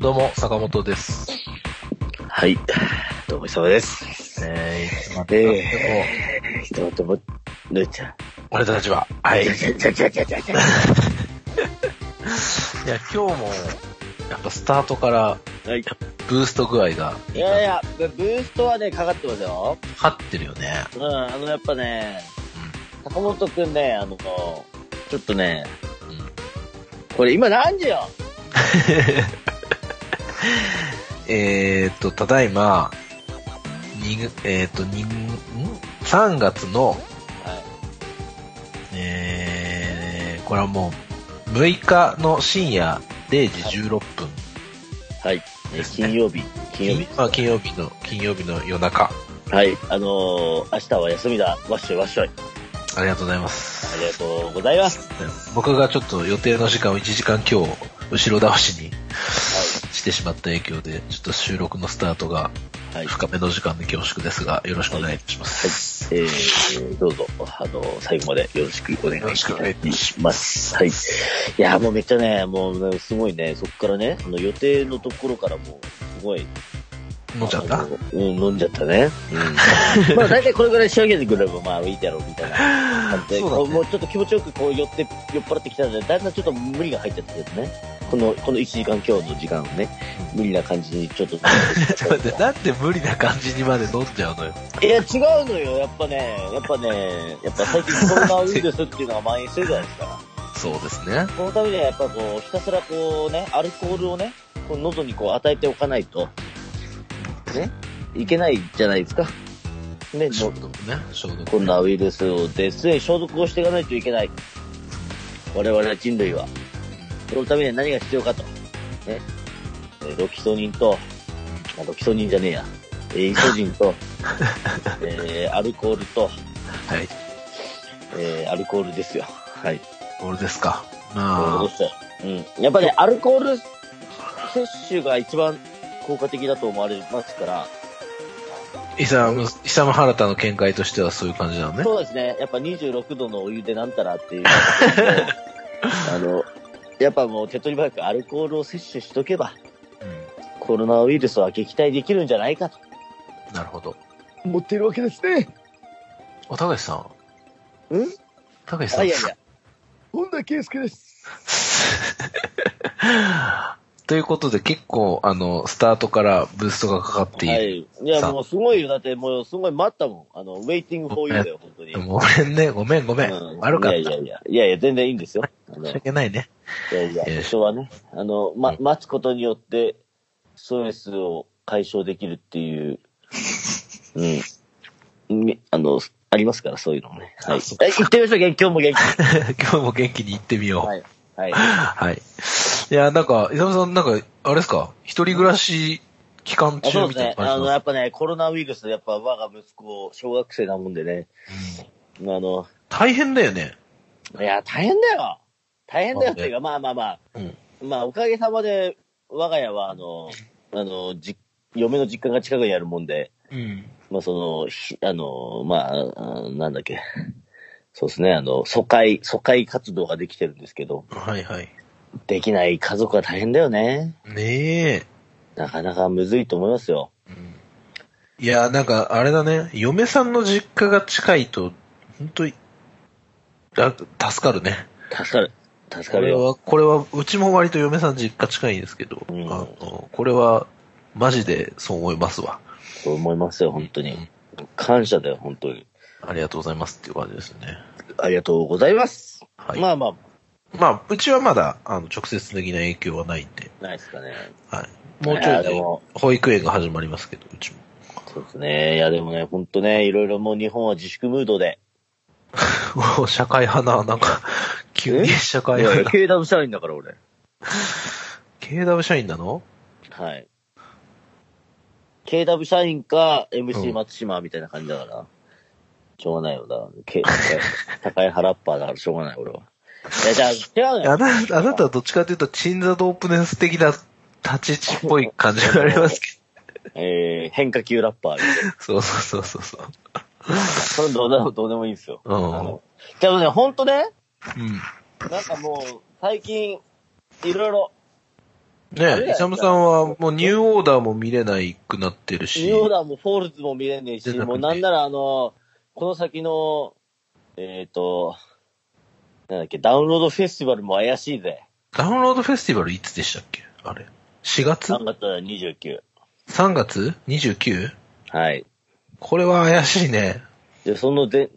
どうも、坂本です。 はい。どうも、磯部です。 いつまでちょっと待って、ぬーちゃん。 俺たちは。はい。いや、今日も、やっぱスタートから、はい、ブースト具合がいやいや、ブーストはね、かかってますよ。 かかってるよね。 やっぱね、坂本くんね、ちょっとね、これ今何時よただいま、3月の、はい、これはもう、6日の深夜0時16分。 はい。金曜日。 金曜日の夜中。 はい。明日は休みだ。わっしょいわっしょい。 ありがとうございます。 ありがとうございます。 僕がちょっと予定の時間を1時間今日、後ろ倒しに、してしまった影響で、ちょっと収録のスタートが深めの時間で恐縮ですが、よろしくお願いします。 はい。どうぞ、最後までよろしくお願いします。はい。いや、もうめっちゃね、もうすごいね、そっからね、予定のところからもう、すごい、 飲んじゃった飲んじゃったね。まあ大体これぐらい仕上げてくればまあいいだろうみたいな感じで、もうちょっと気持ちよくこう酔っ払ってきたので、だんだんちょっと無理が入っちゃったけどね。この1時間今日の時間をね、無理な感じにちょっと。 待って、なんで無理な感じにまで飲んじゃうのよ。 いや違うのよ、やっぱ最近コロナウイルスっていうのが蔓延してるじゃないですか。 そうですね。 このためにはやっぱこう、ひたすらこうね、アルコールをね、こう喉にこう与えておかないと、ね、いけないじゃないですか。ね、 消毒ね、 コロナウイルスをですね、消毒をしていかないといけない。我々人類は。そのためには何が必要かと。ね。ロキソニンと、ロキソニンじゃねえや。イソジンと、アルコールと、はい。アルコールですよ。はい。 アルコールですか。 まあ。やっぱね、アルコール摂取が一番効果的だと思われますから。 イサムハラタの見解としてはそういう感じなのね。 そうですね。やっぱ26度のお湯でなんたらっていう。やっぱもう手っ取り早くアルコールを摂取しとけば、コロナウイルスは撃退できるんじゃないかと。 なるほど。 思っているわけですね。 高橋さん。高橋さん。 いやいや。本田圭佑です。 ということで結構スタートからブーストがかかっている。はい。 いやもうすごいよ。だってもうすごい待ったもん。ウェイティングフォーユーだよ、本当に。 ごめんね。ごめん。悪かった。 いや、全然いいんですよ。 申し訳ないね。 いや、人はね、待つことによって、ストレスを解消できるっていう、ありますから、そういうのもね。はい。行ってみましょう、今日も元気に。 今日も元気に行ってみよう。 はい。 はい。いや、なんか、伊沢さん、なんか、あれですか、一人暮らし期間中みたいな感じですか？ そうですね。やっぱね、コロナウイルス、やっぱ我が息子、小学生なもんでね。 大変だよね。 いや、大変だよっていうか、まあ、おかげさまで、我が家は、嫁の実家が近くにあるもんで、まあ、なんだっけ。そうですね、疎開活動ができてるんですけど。 はいはい。 できない家族は大変だよね。 ねえ。 なかなかむずいと思いますよ。 いや、なんか、あれだね。嫁さんの実家が近いと、本当に、助かるね。 助かるよ。 これは、うちも割と嫁さん実家近いんですけど、これは、マジでそう思いますわ。 そう思いますよ、本当に。感謝だよ、本当に。 ありがとうございますっていう感じですね。 ありがとうございます。 はい。 まあ、 うちはまだ、直接的な影響はないんで。 ないですかね。 はい。もうちょいで、保育園が始まりますけど、うちも。 そうですね。いや、でもね、ほんとね、いろいろもう日本は自粛ムードで。 社会派な、なんか、急に社会派な。 KW 社員だから、俺。 KW 社員なの？ はい。KW 社員か、MC 松島みたいな感じだから。しょうがないよ。だから、社会派ラッパーだからしょうがない、俺は。いや、じゃあ、違うよ。 あなたはどっちかというと、チンザドープネス的な立ち位置っぽい感じがありますけど。変化球ラッパー。 そう。 それどうでもいいんですよ。でもね、ほんとね。なんかもう、最近、いろいろ、 ねえ、イサムさんはもうニューオーダーも見れないくなってるし。 ニューオーダーもフォールズも見れねえし、もうなんならこの先の、なんだっけ、ダウンロードフェスティバルも怪しいぜ。 ダウンロードフェスティバルいつでしたっけあれ。4月 ?3 月29。 3月 29? はい。 これは怪しいね。 で、前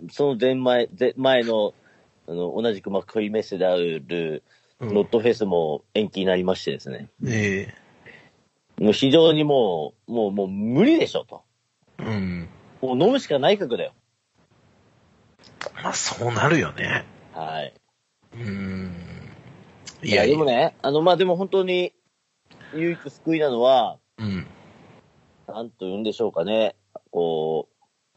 の、同じくマッコイメッセである、ノットフェスも延期になりましてですね。もう非常にもう無理でしょと。 うん。 もう飲むしかない格だよ。 まあそうなるよね。 はい。 いやでもね、まあでも本当に唯一救いなのは、なんと言うんでしょうかね。こ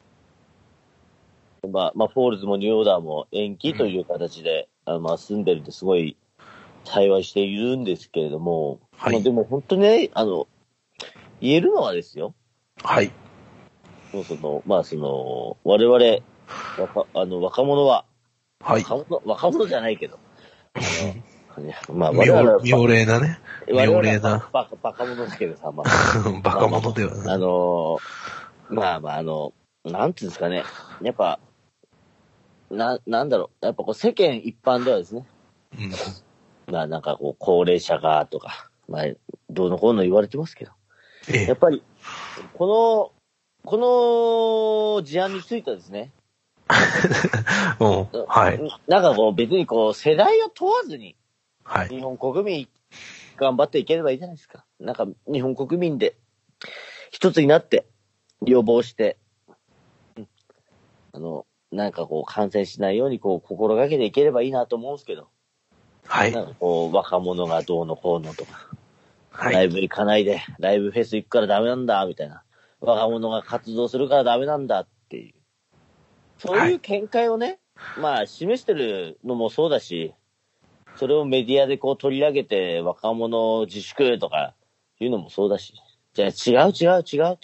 う、まあフォールズもニューオーダーも延期という形で、まあ住んでるんですごい対話しているんですけれども、はい、まあでも本当にね、言えるのはですよ。 はい。 まあ我々、若者は、 はい。 若者じゃないけど、 まあ我々は、妙齢なね。妙齢な。 バカ者だけどさ、まあ。バカ者ではない。 なんていうんですかね。やっぱ、なんだろう。やっぱこう世間一般ではですね。まあなんかこう、高齢者がとか、まあ、どうのこうの言われてますけど。やっぱり、この事案についてはですね。 はい。 なんかこう別にこう世代を問わずに、 はい。 日本国民頑張っていければいいじゃないですか。なんか日本国民で一つになって予防して、なんかこう感染しないようにこう心がけていければいいなと思うんですけど。 はい。 なんかこう若者がどうのこうのとか、 はい。 ライブ行かないで、ライブフェス行くからダメなんだみたいな、若者が活動するからダメなんだっていう。そういう見解をね、まあ示してるのもそうだし、それをメディアでこう取り上げて若者自粛とかいうのもそうだし、じゃあ違う。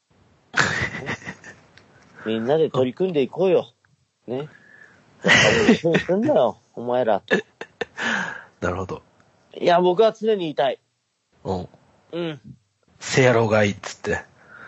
みんなで取り組んでいこうよ。ね。若者にすんだよ、お前ら。 なるほど。 いや、僕は常に言いたい。 せやろがいっつって。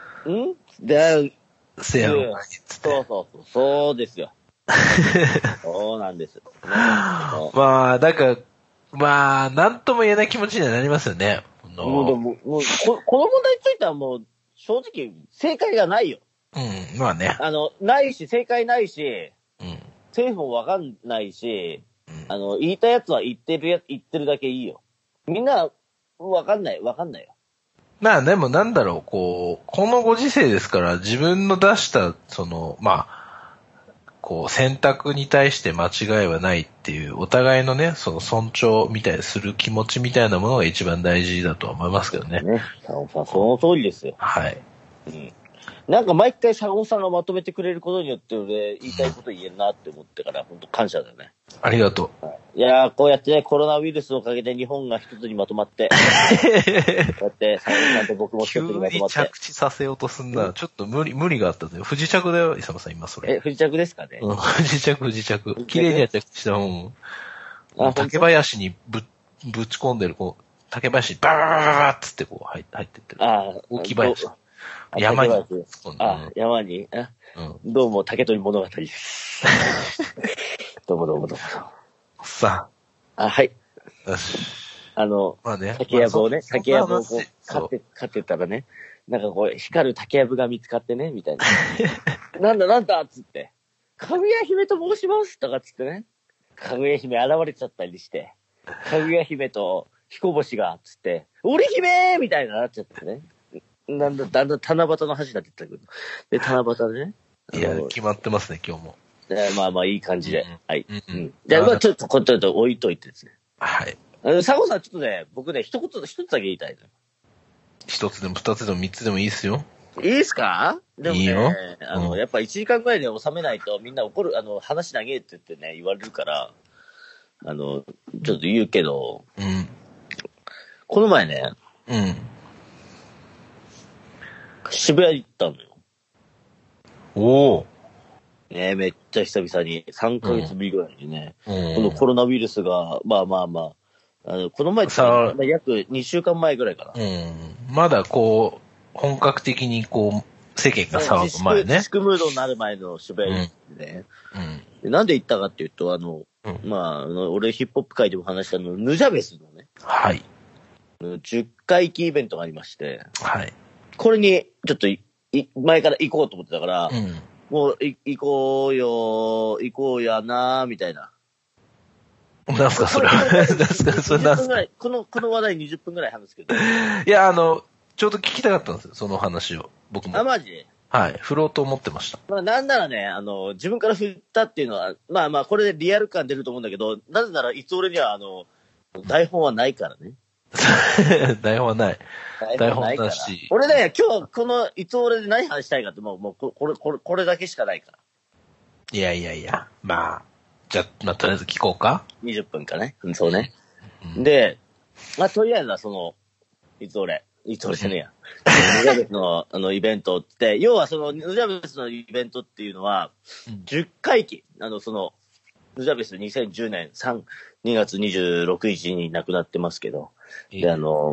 せやろがいっつって。 そうですよ。そうなんです。 まあ、なんか、なんとも言えない気持ちにはなりますよね。 もうこの問題についてはもう、正直、正解がないよ。 まあね。 ないし、正解ないし、政府もわかんないし、言いたいやつは言ってるだけいいよ。みんな、わかんないよ。 まあでもなんだろう、このご時世ですから自分の出した、選択に対して間違いはないっていう、お互いのね、その尊重みたいする気持ちみたいなものが一番大事だと思いますけどね。 その通りですよ。 はい。 なんか毎回坂本さんがまとめてくれることによって俺言いたいこと言えるなって思ってから本当感謝だよね。 ありがとう。 いやーこうやってねコロナウイルスのおかげで日本が一つにまとまってこうやって坂本さんと僕も一つにまとまって。急に着地させようとすんな。ちょっと無理があったんだよ。不時着だよ、伊佐さん今それ。 不時着ですかね。 不時着。綺麗には着地したもん。竹林にぶち込んでる、竹林にバーッつって入ってってる。大き林。山に。 山に。どうも、竹取物語です。どうも。 さあ。はい。 よし。 まあね。竹やぶをね、竹やぶを飼ってたらね、なんか光る竹やぶが見つかってね、みたいな。なんだっつって。かぐや姫と申しますとかっつってね。かぐや姫現れちゃったりして、かぐや姫と彦星が、つって、織姫みたいになっちゃってね。だんだん七夕の橋だって言ったけど。で、七夕でね。 いや、決まってますね、今日も。 まあ、いい感じで。はい。じゃあ、ちょっと置いといてですね。 はい。 佐合さん、ちょっとね、僕ね、一つだけ言いたいの。 一つでも二つでも三つでもいいですよ。 いいですか？でもね、いいよ。やっぱ1時間ぐらいで収めないとみんな怒る、話長えって言ってね、言われるから、ちょっと言うけど、この前ね、渋谷行ったのよ。 おー。 ね、めっちゃ久々に、3ヶ月ぶりぐらいにね、このコロナウイルスが、まあ、 この前って約2週間前ぐらいかな。 まだこう、本格的にこう、世間が騒ぐ前ね。 自粛ムードになる前の渋谷でね。なんで行ったかっていうと、俺ヒップホップ界でも話したヌジャベスのね。 はい。 10回忌イベントがありまして。 はい。 これに、ちょっと前から行こうと思ってたから、もう、行こうやなーみたいな。 なんすか、それは。なんすか、それなんすか。 この話題20分ぐらい話すけど。 いや、ちょうど聞きたかったんですよ、その話を。僕も。 マジ？ はい。振ろうと思ってました。 なんならね、自分から振ったっていうのは、これでリアル感出ると思うんだけど、なぜなら、いつ俺には、台本はないからね。 台本はない。 台本ないから。俺ね、今日、いつ俺で何話したいかって、もう、これだけしかないから。 いや。まあ、じゃあ、とりあえず聞こうか。 20分かね。そうね。で、とりあえずはいつ俺じゃねえや。ヌジャベスのイベントって、要はヌジャベスのイベントっていうのは、10回忌。ヌジャベス2010年2月26日に亡くなってますけど、で、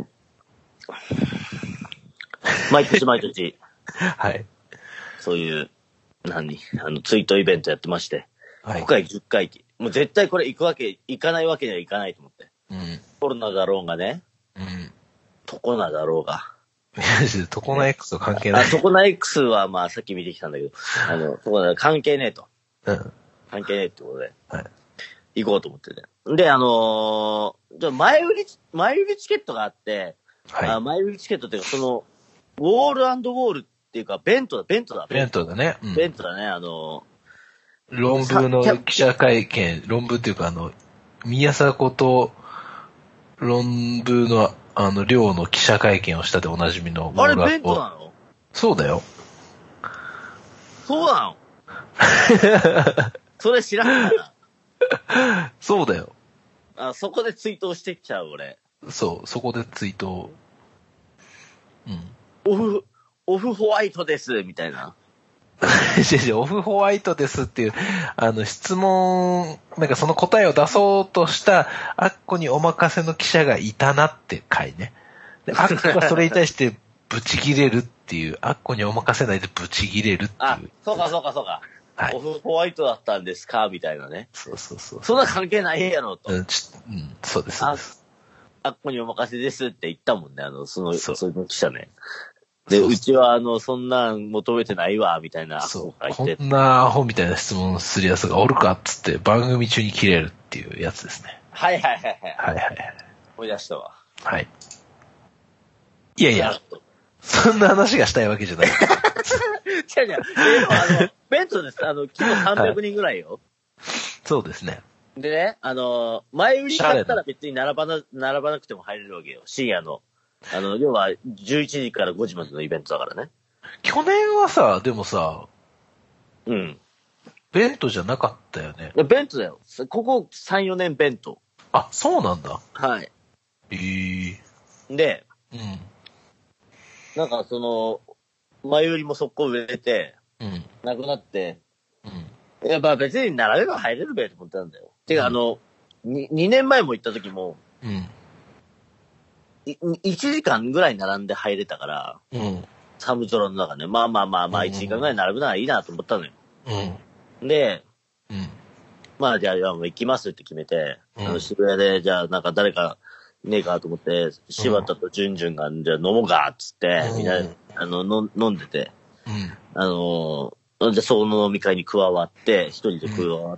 毎年、 はい。 そういう、ツイートイベントやってまして、はい、今回10回忌。もう絶対これ行かないわけにはいかないと思って。コロナだろうがね。トコナだろうが。 トコナ X と関係ない。 トコナ X はさっき見てきたんだけど、トコナ関係ねえと。関係ねえってことで。はい。行こうと思ってて。で、じゃあ前売りチケットがあって、はい、前売りチケットっていうか、ウォール&ウォールっていうか、ベントだね。 ベントだね。 ベントだね、 論文の記者会見、論文っていうか、宮迫と論文の、寮の記者会見をしたでおなじみの。 あれ、ベントなの？ そうだよ。 そうなの？それ知らんから。 そうだよ。 そこでツイートをしてきちゃう、俺。 そう、そこでツイートを。 オフホワイトです、みたいな。 オフホワイトですっていう、質問、なんかその答えを出そうとした、アッコにお任せの記者がいたなって回ね。で、アッコがそれに対してブチ切れるっていう、アッコにお任せないでブチ切れるっていう。 そうか。はい、オフホワイトだったんですかみたいなね。そう。そんな関係ないやろと。 そうです。 アッコにお任せですって言ったもんね、そういう記者ね。で、うちはそんなん求めてないわ、みたいな。 そう。こんなアホみたいな質問する奴がおるかっつって番組中に切れるっていうやつですね。 はい。 はい。 思い出したわ。 はい。いや、そんな話がしたいわけじゃない。違う。ベントです。昨日300人ぐらいよ。 そうですね。 でね、前売り買ったら別に並ばなくても入れるわけよ。深夜の。要は、11時から5時までのイベントだからね。 去年はさ、でもさ、ベントじゃなかったよね。 ベントだよ。ここ3、4年ベント。 あ、そうなんだ。 はい。で、なんか前売りも速攻売れて、なくなって、やっぱ別に並べば入れるべと思ってたんだよ。てか2年前も行った時も、1時間ぐらい並んで入れたから、寒空の中ね、まあ、1時間ぐらい並ぶならいいなと思ったのよ。で、まあ、じゃあ、もう行きますって決めて、渋谷で、じゃあ、なんか誰かねえかと思って、柴田とジュンジュンが、じゃあ飲もうかっつって、みんな、飲んでて、じゃあ、その飲み会に加わって、一人で加わって、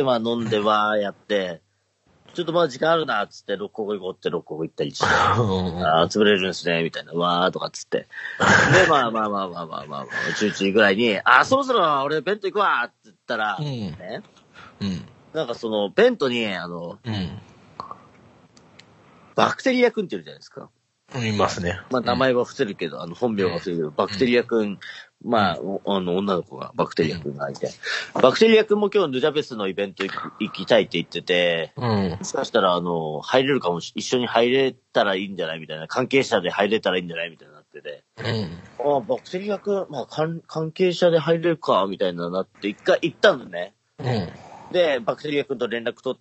まあ、飲んでわーやって、ちょっとまだ時間あるな、つって、六国行こうって六国行ったりして、潰れるんですね、みたいな、わーとかつって。で、まあ、11時ぐらいに、そろそろ俺ベント行くわって言ったら、ね。なんかベントに、バクテリア君っているじゃないですか。 いますね。 まあ、名前は伏せるけど、本名は伏せるけど、バクテリア君、まあ、女の子がバクテリア君がいて、バクテリア君も今日ヌジャベスのイベント行きたいって言ってて、もしかしたら入れるかも一緒に入れたらいいんじゃないみたいな、関係者で入れたらいいんじゃないみたいになってて、バクテリア君、まあ関係者で入れるかみたいななって一回行ったのね。 で、バクテリア君と連絡取って、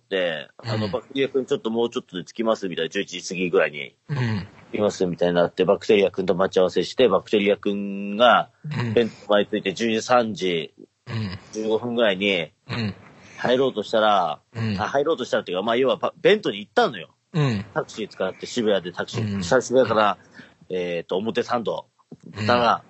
バクテリア君ちょっともうちょっとで着きますみたいな、11時過ぎぐらいに。着きますみたいになって、バクテリア君と待ち合わせして、バクテリア君が、ベント前ついて13時15分ぐらいに、入ろうとしたら、入ろうとしたらっていうか、まあ要はベントに行ったのよ。タクシー使って渋谷でタクシー、渋谷から、表参道。たら、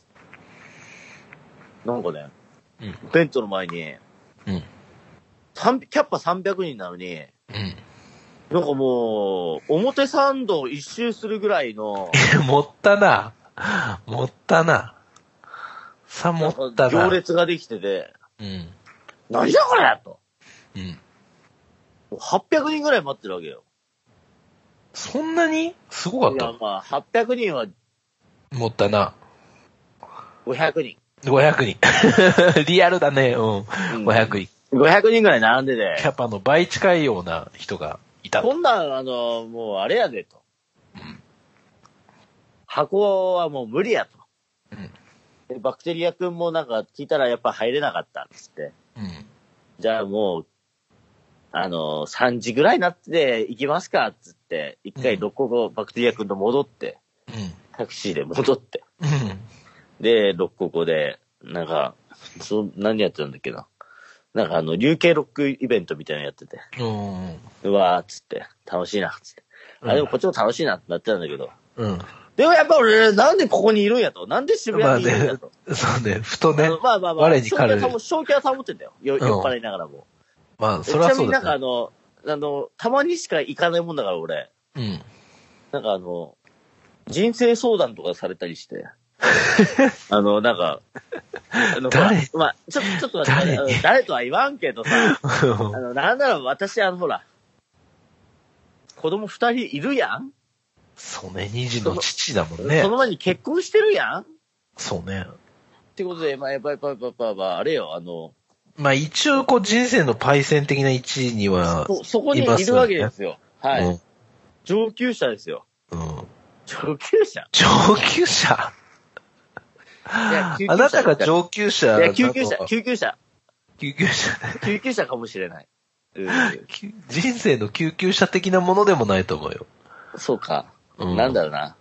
なんかね、ベントの前に、キャッパ300人なのに、なんかもう、表参道一周するぐらいの、 持ったな。持ったな。持ったな。 行列ができてて、何だこれと。800人ぐらい待ってるわけよ。 そんなにすごかった。 いや、まあ、800人は、 持ったな。 500人。 500人。リアルだね。500人。 500人ぐらい並んでて。 キャパの倍近いような人がいた。 こんなん、もうあれやでと。箱はもう無理やと。でバクテリア君もなんか聞いたらやっぱ入れなかったっつって。じゃあもう、3時ぐらいになって行きますかっつって、一回6個後バクテリア君と戻って、タクシーで戻って。で、6個後で、なんか、何やってたんだっけな。なんか流形ロックイベントみたいなのやってて。うわーっつって、楽しいなっつって。でもこっちも楽しいなってなってたんだけど。でもやっぱ俺、なんでここにいるんやと。なんで渋谷にいるんやと。 そうね、ふとね。 我に彼る。正気は保ってんだよ。酔っ払いながらも。 まあ、それはそうだ、ね。 ちなみになんかたまにしか行かないもんだから俺。なんか人生相談とかされたりして。なんか、 誰まあ、ちょっと待って、誰とは言わんけどさ、なんなら私ほら、子供2人いるやん？ そうね、2児の父だもんね。 その前に結婚してるやん？ そうね。 ってことで、まあ、やっぱあれよ、 まあ一応人生のパイセン的な位置には、 そこにいるわけですよ。はい。上級者ですよ。上級者あなたが上級者。 いや、救急車かもしれない。 人生の救急車的なものでもないと思うよ。 そうか。なんだろうな。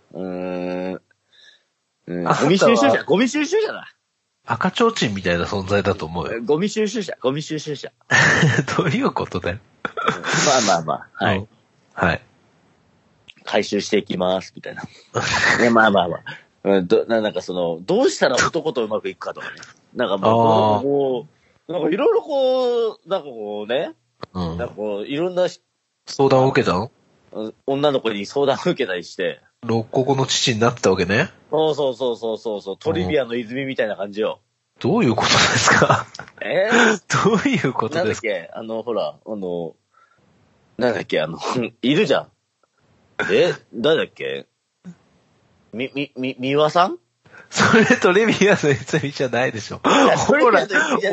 ゴミ収集車だ。 赤ちょうちんみたいな存在だと思うよ。 ゴミ収集車。どういうことだよ。 まあ。はい。 はい。 回収していきます、みたいな。まあ。なんかどうしたら男とうまくいくかとかね。なんかもう、なんかいろいろなんかね。なんかいろんな相談を受けたの？ 女の子に相談を受けたりして。 6個の父になってたわけね。 そう。トリビアの泉みたいな感じよ。 どういうことですか？どういうことですか？ なんだっけほら、なんだっけいるじゃん。誰だっけ三輪さん？ それトリビアの泉じゃないでしょ。オーラ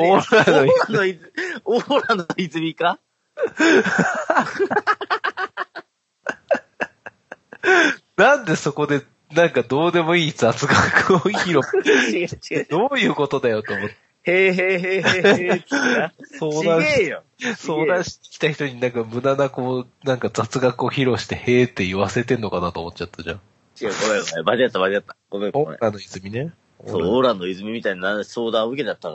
の泉か？ なんでそこで、なんかどうでもいい雑学を披露。 違う。 どういうことだよと思って。相談してきた人になんか無駄ななんか雑学を披露してへーって言わせてんのかなと思っちゃったじゃん。 違う、ごめん。間違った。ごめん。 オーラの泉ね。 そう、オーラの泉みたいな相談を受けちゃったから。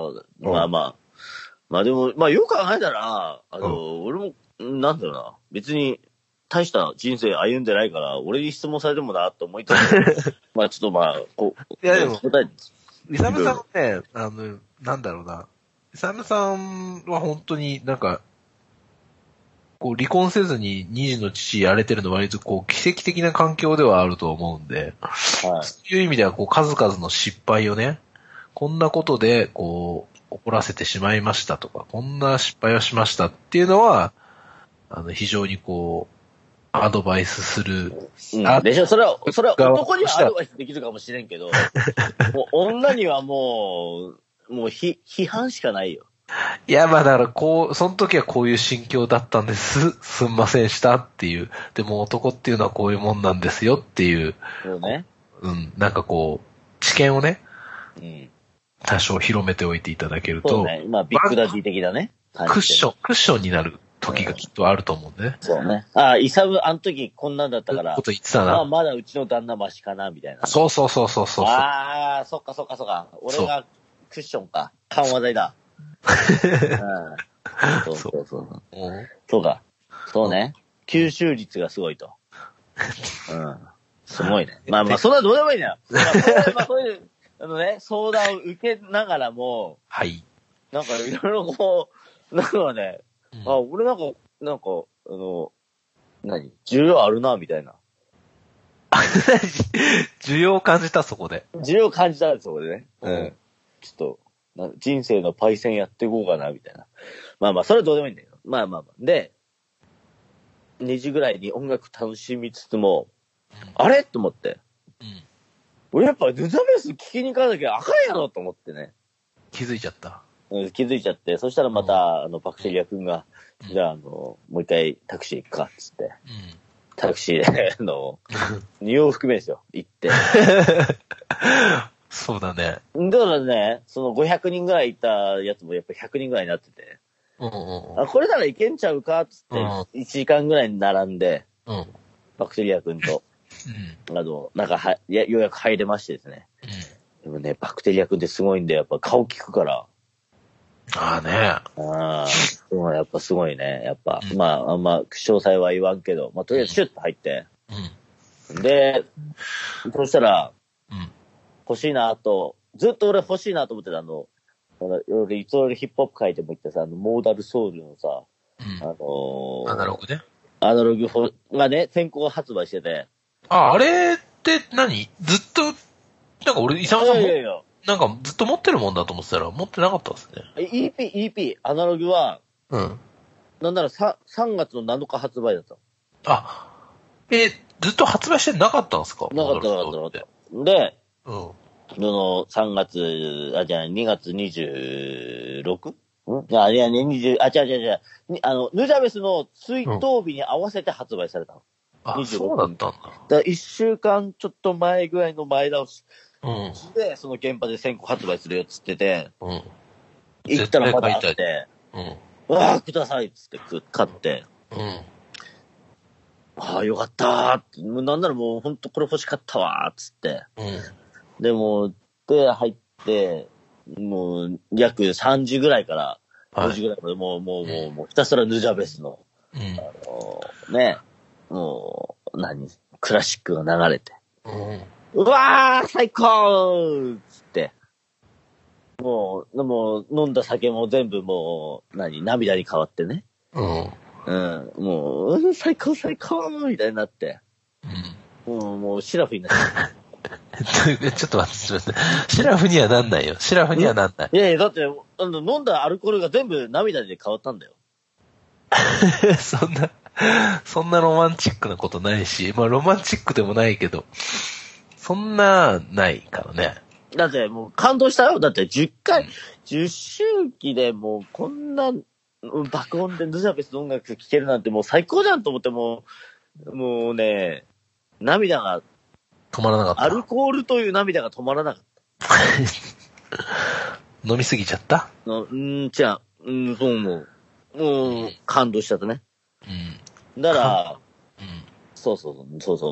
まあでも、よく考えたら、俺も、なんだろうな。別に、大した人生歩んでないから、俺に質問されてもな、と思いたい。ちょっといやでも、イサムさんね、なんだろうな。イサムさんは本当になんか、離婚せずに2児の父やれてるのは割と奇跡的な環境ではあると思うんで、そういう意味では数々の失敗をね、こんなことで怒らせてしまいましたとか、こんな失敗をしましたっていうのは、非常にアドバイスする。 でしょ、それは男にはアドバイスできるかもしれんけど、もう女にはもう批判しかないよ。 いや、だからその時はこういう心境だったんです。すんませんしたっていう。でも男っていうのはこういうもんなんですよっていう。 そうね。 なんか知見をね。多少広めておいていただけると。 そうね。ビッグダディ的だね。 感じ。 クッションになる時がきっとあると思うんでね。 そうね。ああ、イサム、あの時こんなんだったから。 こと言ってたな。 まだうちの旦那マシかな、みたいな。 そう。 ああ、そっか。俺がクッションか。緩和剤だ。そう。そうか。そうね。吸収率がすごいと。すごいね。まあ、そんなどうでもいいんだよ。そういう、相談を受けながらも、 はい。 なんかいろいろこう、なんかね、俺需要あるな、みたいな。 需要を感じた、そこで。 需要感じたんです、そこでね。ちょっと、人生のパイセンやっていこうかな、みたいな。まあ、それはどうでもいいんだけど。まあ。で、2時ぐらいに音楽楽しみつつも、あれと思って。俺やっぱヌザベース聞きに行かなきゃあかんやろと思ってね。 気づいちゃった。 気づいちゃって、そしたらまた、バクテリア君が、じゃあ、もう一回タクシー行くか、つって。タクシーで、2往復目ですよ、行って。 そうだね。 だからね、その500人ぐらいいたやつもやっぱ100人ぐらいになってて。これならいけんちゃうか、つって、1時間ぐらいに並んで、バクテリア君と、ようやく入れましてですね。でもね、バクテリア君ってすごいんで、やっぱ顔聞くから。 ああね。 やっぱすごいね。やっぱ、あんま詳細は言わんけど、とりあえずシュッと入って。で、そしたら、欲しいなと、ずっと俺欲しいなと思ってた俺、いつ俺ヒップホップ書いても言ってさ、モーダルソウルのさ、 アナログね。 アナログがね、先行発売してて。 あれって何ずっと、なんか俺、イサムさんも、なんかずっと持ってるもんだと思ってたら、持ってなかったですね。 EP、アナログは、なんなら3月の7日発売だった。 ずっと発売してなかったんですか？ なかった。で、3月、2月 26？ 違う。ヌジャベスの追悼日に合わせて発売されたの。 そうだったんだ。 だから1週間ちょっと前ぐらいの前倒し。で、その現場で1000個発売するよっつってて、行ったらまだあって、くださいっつって買って、よかったーって、なんならもうほんとこれ欲しかったわーっつって、でも、入って、もう約3時ぐらいから5時ぐらいまでもうひたすらヌジャベスの、クラシックが流れて、うわー最高つって、もう飲んだ酒も全部もう、涙に変わってね。もう、最高みたいになって。もうシラフになっちゃう。ちょっと待って、すみません。シラフにはなんないよ。シラフにはなんない。 いや、だって、飲んだアルコールが全部涙で変わったんだよ。 そんなロマンチックなことないし、ロマンチックでもないけど、そんな、ないからね。 だってもう感動したよ。だって10周期でもうこんな爆音でヌジャベスの音楽聴けるなんてもう最高じゃんと思って、もうね、涙が止まらなかった。 アルコールという涙が止まらなかった。 飲みすぎちゃった？ そう思う。もう感動しちゃったね。だから、そう、それ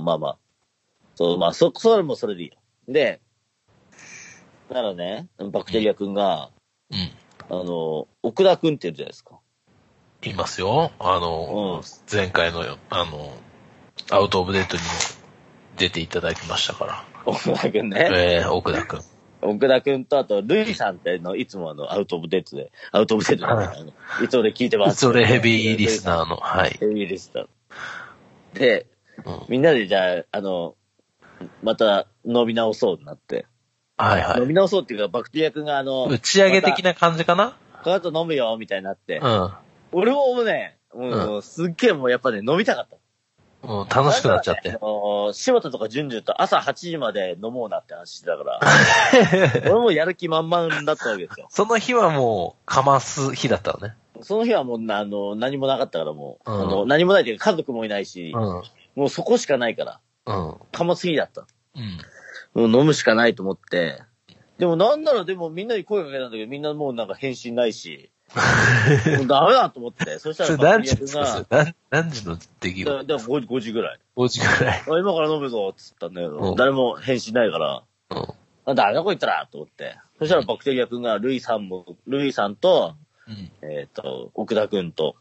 もそれでいいよ。で、だからね、バクテリア君が、奥田君って言うじゃないですか。 いますよ。前回の、アウトオブデートにも出ていただきましたから。 奥田君ね。 奥田君。 奥田君と、あと、ルイさんっていつもアウトオブデートで、いつ俺聞いてます。 いつ俺ヘビーリスナーの、はい。 ヘビーリスナー。で、みんなでじゃあ、また飲み直そうになって。飲み直そうっていうか、バクテリア君が打ち上げ的な感じかな？ この後飲むよ、みたいになって。俺もね、すっげえもうやっぱね、飲みたかった。 楽しくなっちゃって。 柴田とか順々と朝8時まで飲もうなって話してたから。俺もやる気満々だったわけですよ。 その日はもう、かます日だったのね。 その日はもう、何もなかったからもう、何もないというか家族もいないし、もうそこしかないから、かます日だった。もう飲むしかないと思って。でもなんならでもみんなに声かけたんだけど、みんなもうなんか返信ないし。 もうダメだと思って。そしたら何時ですか？何時の出来事？ でも5時ぐらい。 5時ぐらい。 今から飲むぞ、つったんだけど、誰も返信ないから、誰の子行ったらと思って。そしたらバクテリア君が、ルイさんと、奥田君と、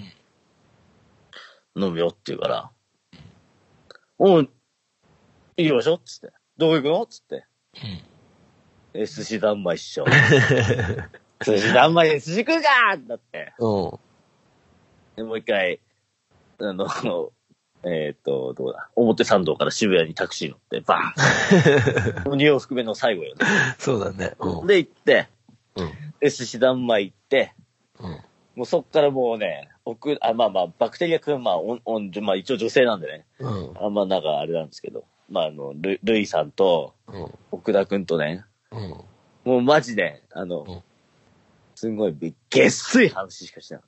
飲むよって言うから、行きましょつって。どこ行くのつって。寿司三昧一緒。寿司三昧で寿司食うかだって。で、もう一回、どこだ表参道から渋谷にタクシー乗って、バーン2往復目の最後よね。 そうだね。 で、行って、寿司三昧行って、もうそっからもうね、バクテリア君、一応女性なんでね。なんかあれなんですけど、ルイさんと、奥田君とね、もうマジで、すんごいげっすい話しかしてなかった。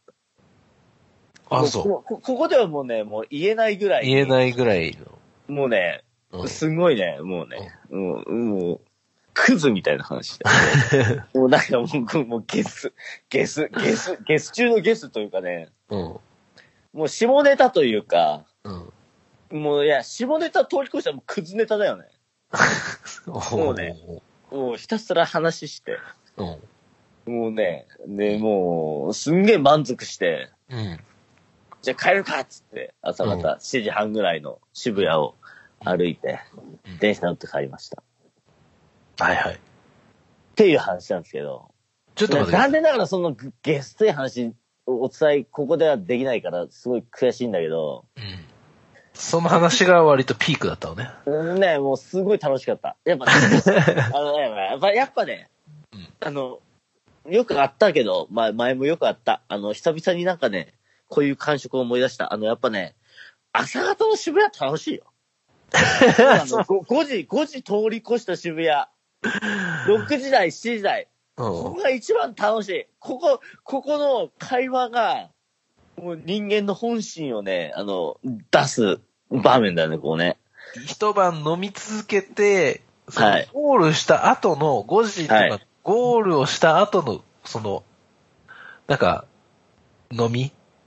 あ、そう。ここではもうね、もう言えないぐらい。 言えないぐらいの。もうね、すごいね、もうね、もう、クズみたいな話で。もうなんかもうゲス中のゲスというかね、もう下ネタというか、もういや、下ネタ通り越したらもうクズネタだよね。もうね、もうひたすら話して、もうね、もう、すんげえ満足して、じゃあ帰るかっつって、朝方7時半ぐらいの渋谷を歩いて、電車乗って帰りました。 はいはい。 っていう話なんですけど、 ちょっと待って。 残念ながらそのゲストい話をお伝え、ここではできないから、すごい悔しいんだけど、 その話が割とピークだったのね。 ね、もうすごい楽しかった。やっぱ、やっぱね、よくあったけど、前もよくあった。久々になんかね、こういう感触を思い出した。やっぱね、朝方の渋谷楽しいよ。5時通り越した渋谷。6時台、7時台。ここが一番楽しい。ここの会話が、もう人間の本心をね、出す場面だよね、こうね。 一晩飲み続けて、 はい。 ゴールした後の5時とか、はい、ゴールをした後の、なんか、飲み？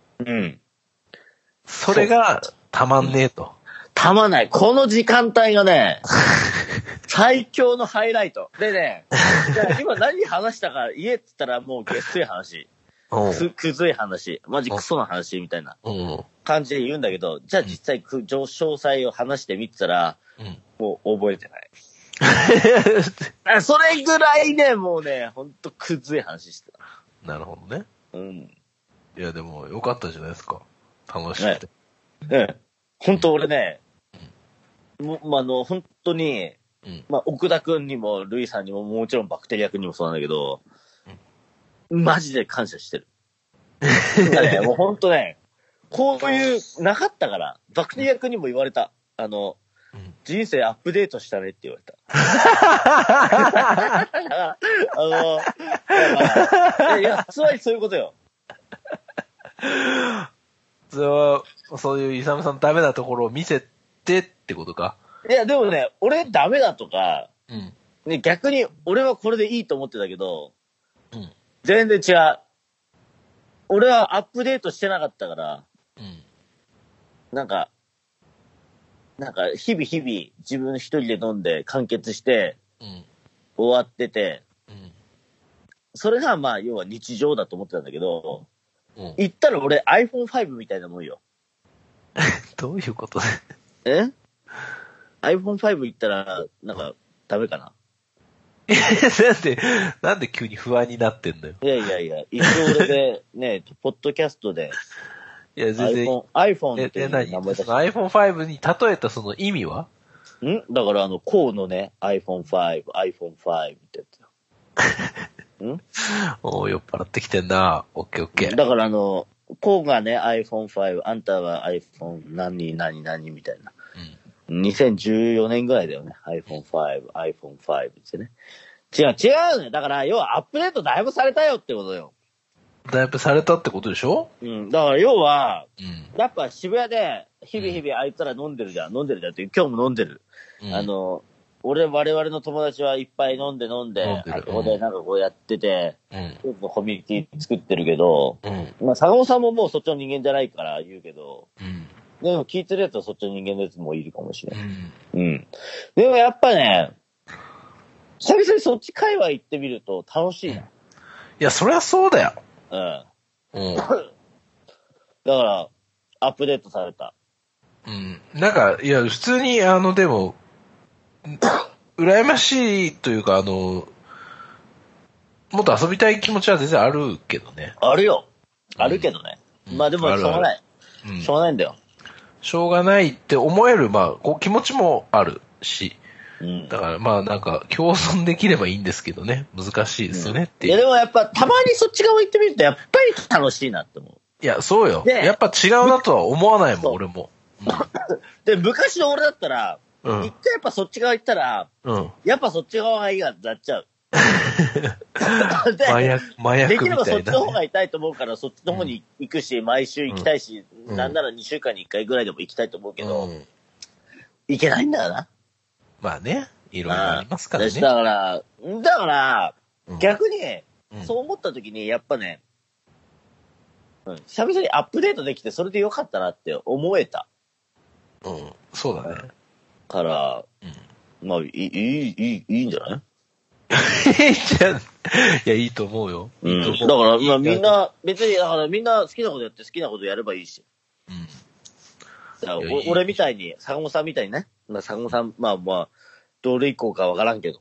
それが、たまんねえと。 たまんない。この時間帯がね、最強のハイライト。でね、じゃあ今何話したか言えって言ったらもうげっすい話。くずい話。マジクソな話みたいな感じで言うんだけど、じゃあ実際詳細を話してみてたら、もう覚えてない。それぐらいね、もうね、ほんとくずい話してた。 なるほどね。いやでもよかったじゃないですか。楽しくて。ほんと俺ね、本当に、奥田くんにも、ルイさんにも、もちろんバクテリアくんにもそうなんだけど、マジで感謝してる。もうほんとね、こういう、なかったから、バクテリアくんにも言われた。人生アップデートしたねって言われた。いや、つまりそういうことよ。 そういうイサムさんのダメなところを見せてってことか。 いや、でもね、俺ダメだとか、ね、逆に俺はこれでいいと思ってたけど、全然違う。俺はアップデートしてなかったから、なんか、日々自分一人で飲んで完結して、終わってて、それが要は日常だと思ってたんだけど、言ったら俺 iPhone5 みたいなもんよ。 どういうこと ?iPhone5 言ったら、ダメかななんで急に不安になってんだよ。 いや、一応俺で、ね、ポッドキャストで、 いや、全然。 iPhone っていう名前だし。 iPhone5 に例えたその意味は？ だからこうのね、iPhone5 ってやつよ。 酔っ払ってきてんな。オッケー。 だからこうがね、iPhone5、あんたは iPhone 何みたいな。2014年ぐらいだよね。iPhone5 ってね。違うね。だから、要はアップデートだいぶされたよってことよ。 だいぶされたってことでしょ？ だから要は、やっぱ渋谷で、日々あいつら飲んでるじゃんって、今日も飲んでる。 我々の友達はいっぱい飲んで、ここでなんかこうやってて、ちょっとコミュニティ作ってるけど、まあ、坂本さんももうそっちの人間じゃないから言うけど、でも聞いてるやつはそっちの人間のやつもいるかもしれない。でもやっぱね、久々にそっち界隈行ってみると楽しいな。 いや、そりゃそうだよ。だから、アップデートされた。 なんか、いや、普通に、でも、羨ましいというか、もっと遊びたい気持ちは全然あるけどね。 あるよ。あるけどね。まあでも、しょうがない。しょうがないんだよ。 しょうがないって思える、まあ、こう気持ちもあるし。だから、まあなんか、共存できればいいんですけどね。難しいですよねっていう。 いやでもやっぱ、たまにそっち側行ってみると、やっぱり楽しいなって思う。 いや、そうよ。やっぱ違うなとは思わないもん、俺も。 で、昔の俺だったら、一回やっぱそっち側行ったら、やっぱそっち側がいいがなっちゃう。 麻薬みたいな。 できればそっちの方が痛いと思うから、そっちの方に行くし、毎週行きたいし、なんなら2週間に1回ぐらいでも行きたいと思うけど、行けないんだよな。まあね、いろいろありますからね。 だから、逆に、そう思った時に、やっぱね、久々にアップデートできて、それでよかったなって思えた。 そうだね。 から、まあ、いいんじゃないいや、いいと思うよ。 だから、まあみんな、別に、だからみんな好きなことやって好きなことやればいいし。俺みたいに、坂本さんみたいにね。坂本さん、まあ、どれ以降かわからんけど。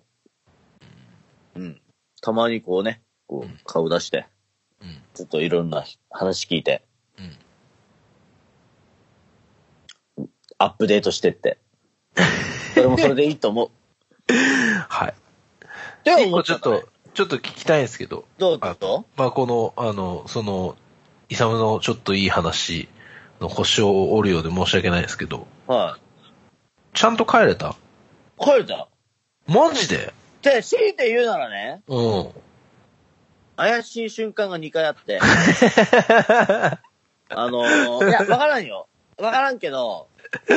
たまにこうね、こう、顔出して、ちょっといろんな話聞いて、アップデートしてって。それもそれでいいと思う。 はい。でもちょっと聞きたいんですけど。 どうぞ。 まあ、この、イサムのちょっといい話の星を折るようで申し訳ないですけど。 はい。 ちゃんと帰れた？ 帰れた。 マジで？ 強いて言うならね。怪しい瞬間が2回あって。いや、わからんよ。わからんけど。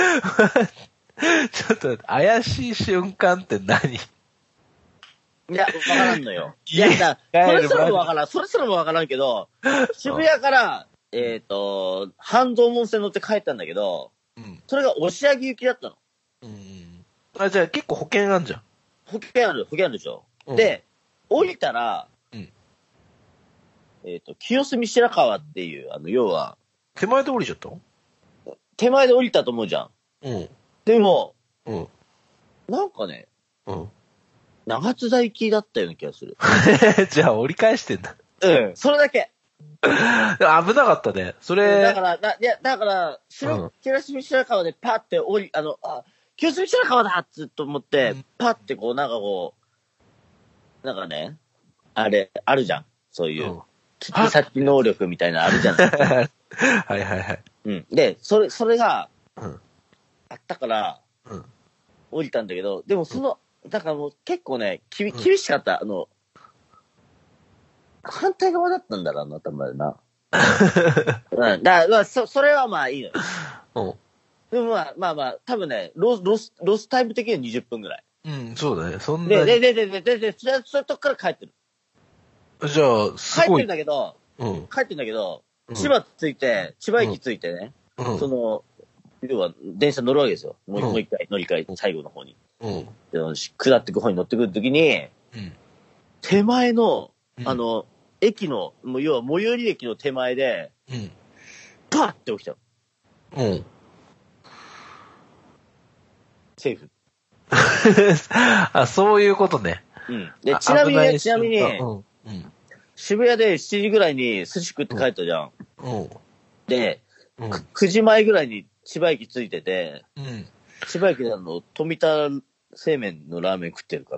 ちょっと、怪しい瞬間って何？ いや、わからんのよ。いや、それすらもわからんけど、渋谷から、半蔵門線乗って帰ったんだけど、それが押上行きだったの。じゃあ結構保険あるじゃん。保険あるでしょ。で、降りたら、清澄白河っていう、要は。 手前で降りちゃったの？ 手前で降りたと思うじゃん。でも、なんかね、長津田行きだったような気がする。じゃあ折り返してんだ。それだけ。危なかったね。それ。だから、清澄白河でパって清澄白河だと思って、パってこう、なんかね、あれ、あるじゃん。そういう、聞き先能力みたいなのあるじゃない。はいはいはい。で、それが、あったから、降りたんだけど、でもだからもう結構ね、厳しかった。反対側だったんだろうな、多分な。だから、それはまあいいのよ。でもまあ、多分ね、ロスタイム的には20分ぐらい。そうだね。そんなに。で、それとこから帰ってる。じゃあ、すごい。帰ってんだけど、千葉駅着いてね、要は電車乗るわけですよ。もう一回乗り換え、最後の方に。下ってく方に乗ってくるときに、手前の、駅の、要は最寄り駅の手前で、パーって起きたの。セーフ。そういうことね。で、ちなみに、渋谷で7時ぐらいに寿司食って帰ったじゃん。で、9時前ぐらいに千葉駅着いてて、千葉駅で富田製麺のラーメン食ってるから。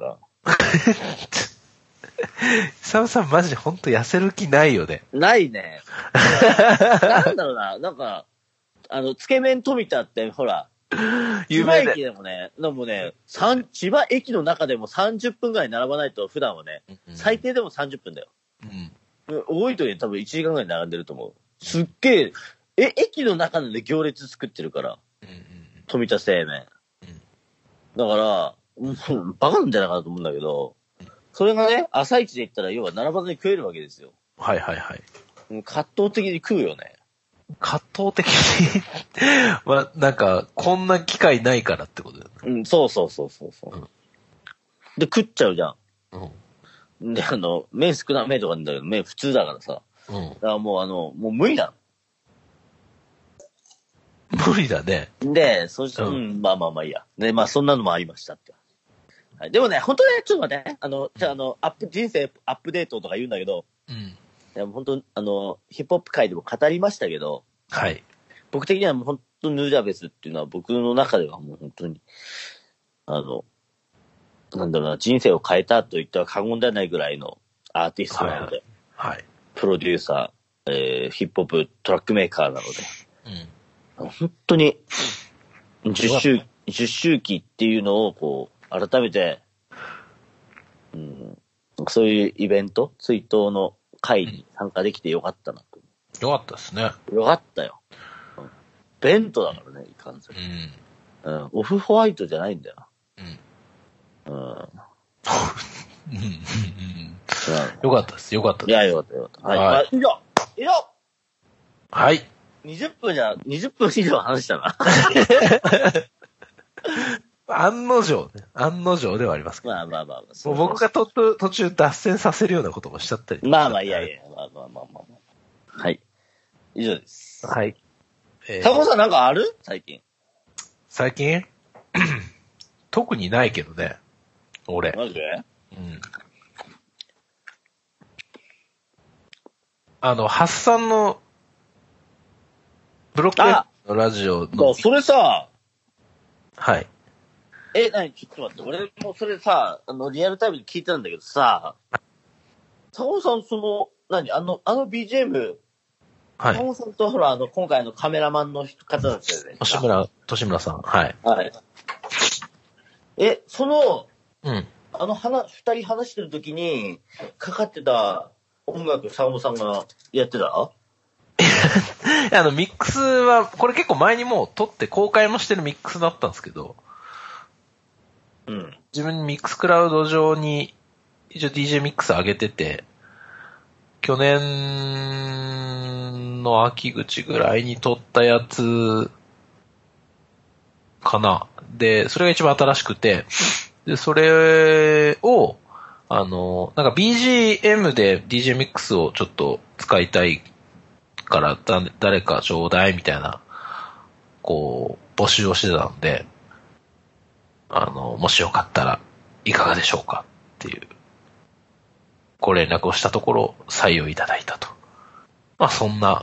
久さんマジでほんと痩せる気ないよね。ないね。なんだろうな、なんか、つけ麺富田ってほら、千葉駅でもね、千葉駅の中でも30分ぐらい並ばないと普段はね、最低でも30分だよ。多い時に多分1時間ぐらい並んでると思う。すっげえ、駅の中で行列作ってるから。富田製麺。だから、 バカなんじゃないかなと思うんだけど、それがね、朝一で言ったら要は並ばずに食えるわけですよ。 はいはいはい。 葛藤的に食うよね。 葛藤的にまあ、なんか、こんな機会ないからってことだよね。 そうそう。で、食っちゃうじゃん。で、麺少なめとか言うんだけど、麺普通だからさ。だからもう無理なの。無理だね。 で、そして、まあいいや。で、まあそんなのもありましたって。はい、でもね、本当ね、ちょっと待ってね。人生アップデートとか言うんだけど、いや本当ヒップホップ界でも語りましたけど、 はい。 僕的にはもう本当ヌーダベスっていうのは僕の中ではもう本当に、なんだろうな、人生を変えたと言っては過言ではないぐらいのアーティストなので、 はい。 プロデューサー、ヒップホップトラックメーカーなので、本当に10周期っていうのをこう、改めて、そういうイベント、追悼の会に参加できてよかったなと。 よかったですね。 よかったよ。ベントだからね、いかんせん。オフホワイトじゃないんだよ。 よかったです。よかったです。 いや、よかった。はい。以上はい。 20分以上話したな。 案の定ではありますけど。 まあ。 もう僕が途中脱線させるようなこともしちゃったり。 まあ、いや。まあ。はい。以上です。 はい。 タコさんなんかある？最近特にないけどね。俺。 マジで？ 発散の、ブロックのラジオの。 それさ、 はい。 ちょっと待って、俺もそれさ、リアルタイムで聞いてたんだけどさ、タコさんBGM、 はい。 タコさんとほら、今回カメラマンの方だったよね。 年村さん。はい。 はい。二人話してる時に、かかってた音楽、坂本さんがやってた？ ミックスは、これ結構前にもう撮って公開もしてるミックスだったんですけど、自分にミックスクラウド上に一応 DJ ミックス上げてて、去年の秋口ぐらいに撮ったやつかな。で、それが一番新しくて、で、それを、なんか BGM で DJ ミックスをちょっと使いたいから誰かちょうだいみたいな、こう、募集をしてたんで、もしよかったらいかがでしょうかっていう、ご連絡をしたところ採用いただいたと。まあそんな、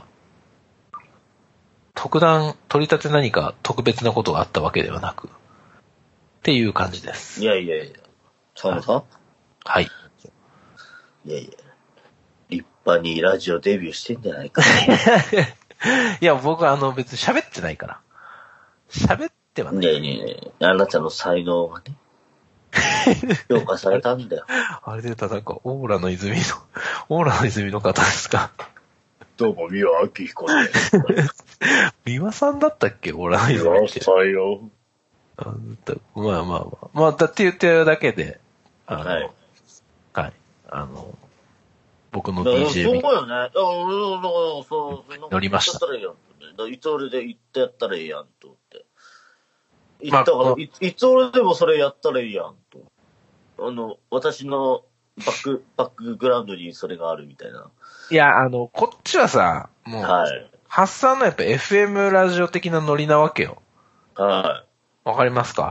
取り立て何か特別なことがあったわけではなく、っていう感じです。 いや。坂本さん？はい。いや。立派にラジオデビューしてんじゃないか。 いや、僕は別に喋ってないから。喋ってはない。 ねあなたの才能がね、評価されたんだよ。 あれでなんか、オーラの泉の方ですか？ どうも、三輪明彦です。 三輪さんだったっけ？オーラの泉って。 そうよ。 まあ、だって言ってるだけで、 はい。 僕の DJ そうよね。 乗りました。 いつ俺で言ってやったらいいやんと思って。言ったから、いつ俺でもそれやったらいいやんと。私のバックグラウンドにそれがあるみたいな。 いや、こっちはさ、もう、発散のやっぱ FM ラジオ的なノリなわけよ。 はい。 わかりますか？